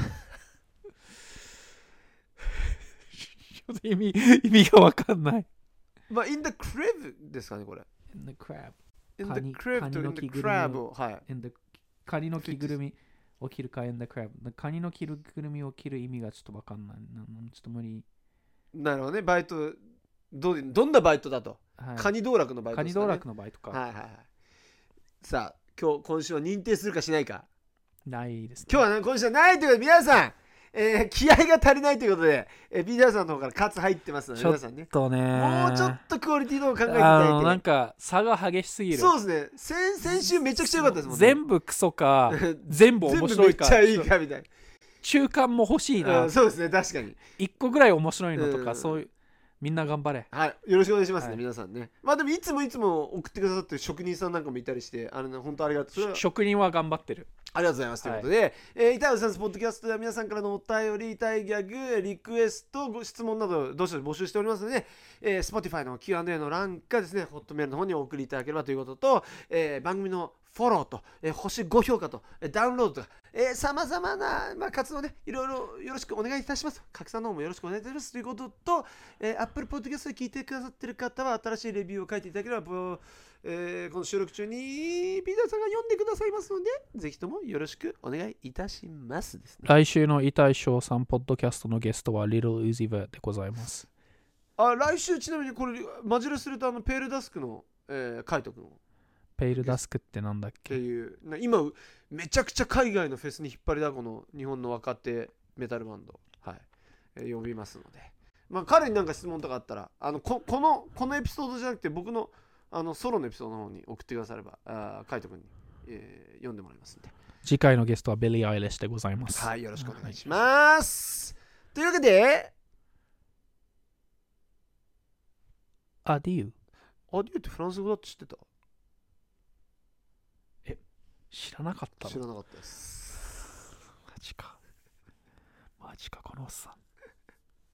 [SPEAKER 2] 意味がわかんない。
[SPEAKER 1] In the crab ですかね、これ。
[SPEAKER 2] In the crab
[SPEAKER 1] In the crab と In the crab を、はい。
[SPEAKER 2] カニの着ぐるみを着るか In the crab。カニの着ぐるみを着る意味がちょっとわかんない。ちょっと無理。
[SPEAKER 1] なるほどね。バイト、どんなバイトだと。はい、カニ道楽のバイトですかね。
[SPEAKER 2] カニ道楽のバイトか。
[SPEAKER 1] はい。さあ、今週は認定するかしないか。
[SPEAKER 2] ないですね。
[SPEAKER 1] 今日は、今週はないということで、皆さん、気合が足りないということで、ピーターさんの方からカツ入ってますので、皆さんね。もうちょっとクオリティの方を考えていただいて。
[SPEAKER 2] なんか差が激しすぎる。
[SPEAKER 1] そうですね。先週めちゃくちゃ良かったですもんね。
[SPEAKER 2] 全部クソか、全部面白いか。
[SPEAKER 1] 全部めっちゃいいかみたいな。
[SPEAKER 2] 中間も欲しいな。
[SPEAKER 1] そうですね、確かに。
[SPEAKER 2] 1個ぐらい面白いのとか、そういう。みんな頑張れ。
[SPEAKER 1] はい、よろしくお願いしますね、皆さんね。でもいつも送ってくださってる職人さんなんかもいたりして、本当ありがとう。
[SPEAKER 2] 職人は頑張ってる。あ
[SPEAKER 1] りがとうございます。ということで、痛いおじさんズポッドキャストでは皆さんからのお便り、痛いギャグ、リクエスト、ご質問などどうしよう募集しておりますので、Spotify の Q&A の欄かですね、ホットメールの方にお送りいただければということと、番組のフォローと、星5評価と、ダウンロードとか、さまざまな、活動ね、いろいろよろしくお願いいたします。拡散の方もよろしくお願いいたしますということと、Apple Podcast で聞いてくださっている方は新しいレビューを書いていただければ、この収録中にピーターさんが読んでくださいますので、ぜひともよろしくお願いいたしますですね。
[SPEAKER 2] 来週の痛い翔さんポッドキャストのゲストは Little Uzi Vert でございます。
[SPEAKER 1] 来週ちなみにこれマジレするとペールダスクのカイト君
[SPEAKER 2] ペイルダスクってなんだっけ
[SPEAKER 1] っていう今めちゃくちゃ海外のフェスに引っ張りだこの日本の若手メタルバンド、呼びますので、彼になんか質問とかあったらこのエピソードじゃなくて僕のソロのエピソードの方に送ってくださればカイト君に、読んでもらいますんで、
[SPEAKER 2] 次回のゲストはビリー・アイリッシュでございます。
[SPEAKER 1] はい、よろしくお願いします、というわけで
[SPEAKER 3] アデュ
[SPEAKER 1] ーってフランス語だって知ってた？
[SPEAKER 2] 知らなかったの？
[SPEAKER 1] 知らなかったです。
[SPEAKER 2] マジかこのおっさん。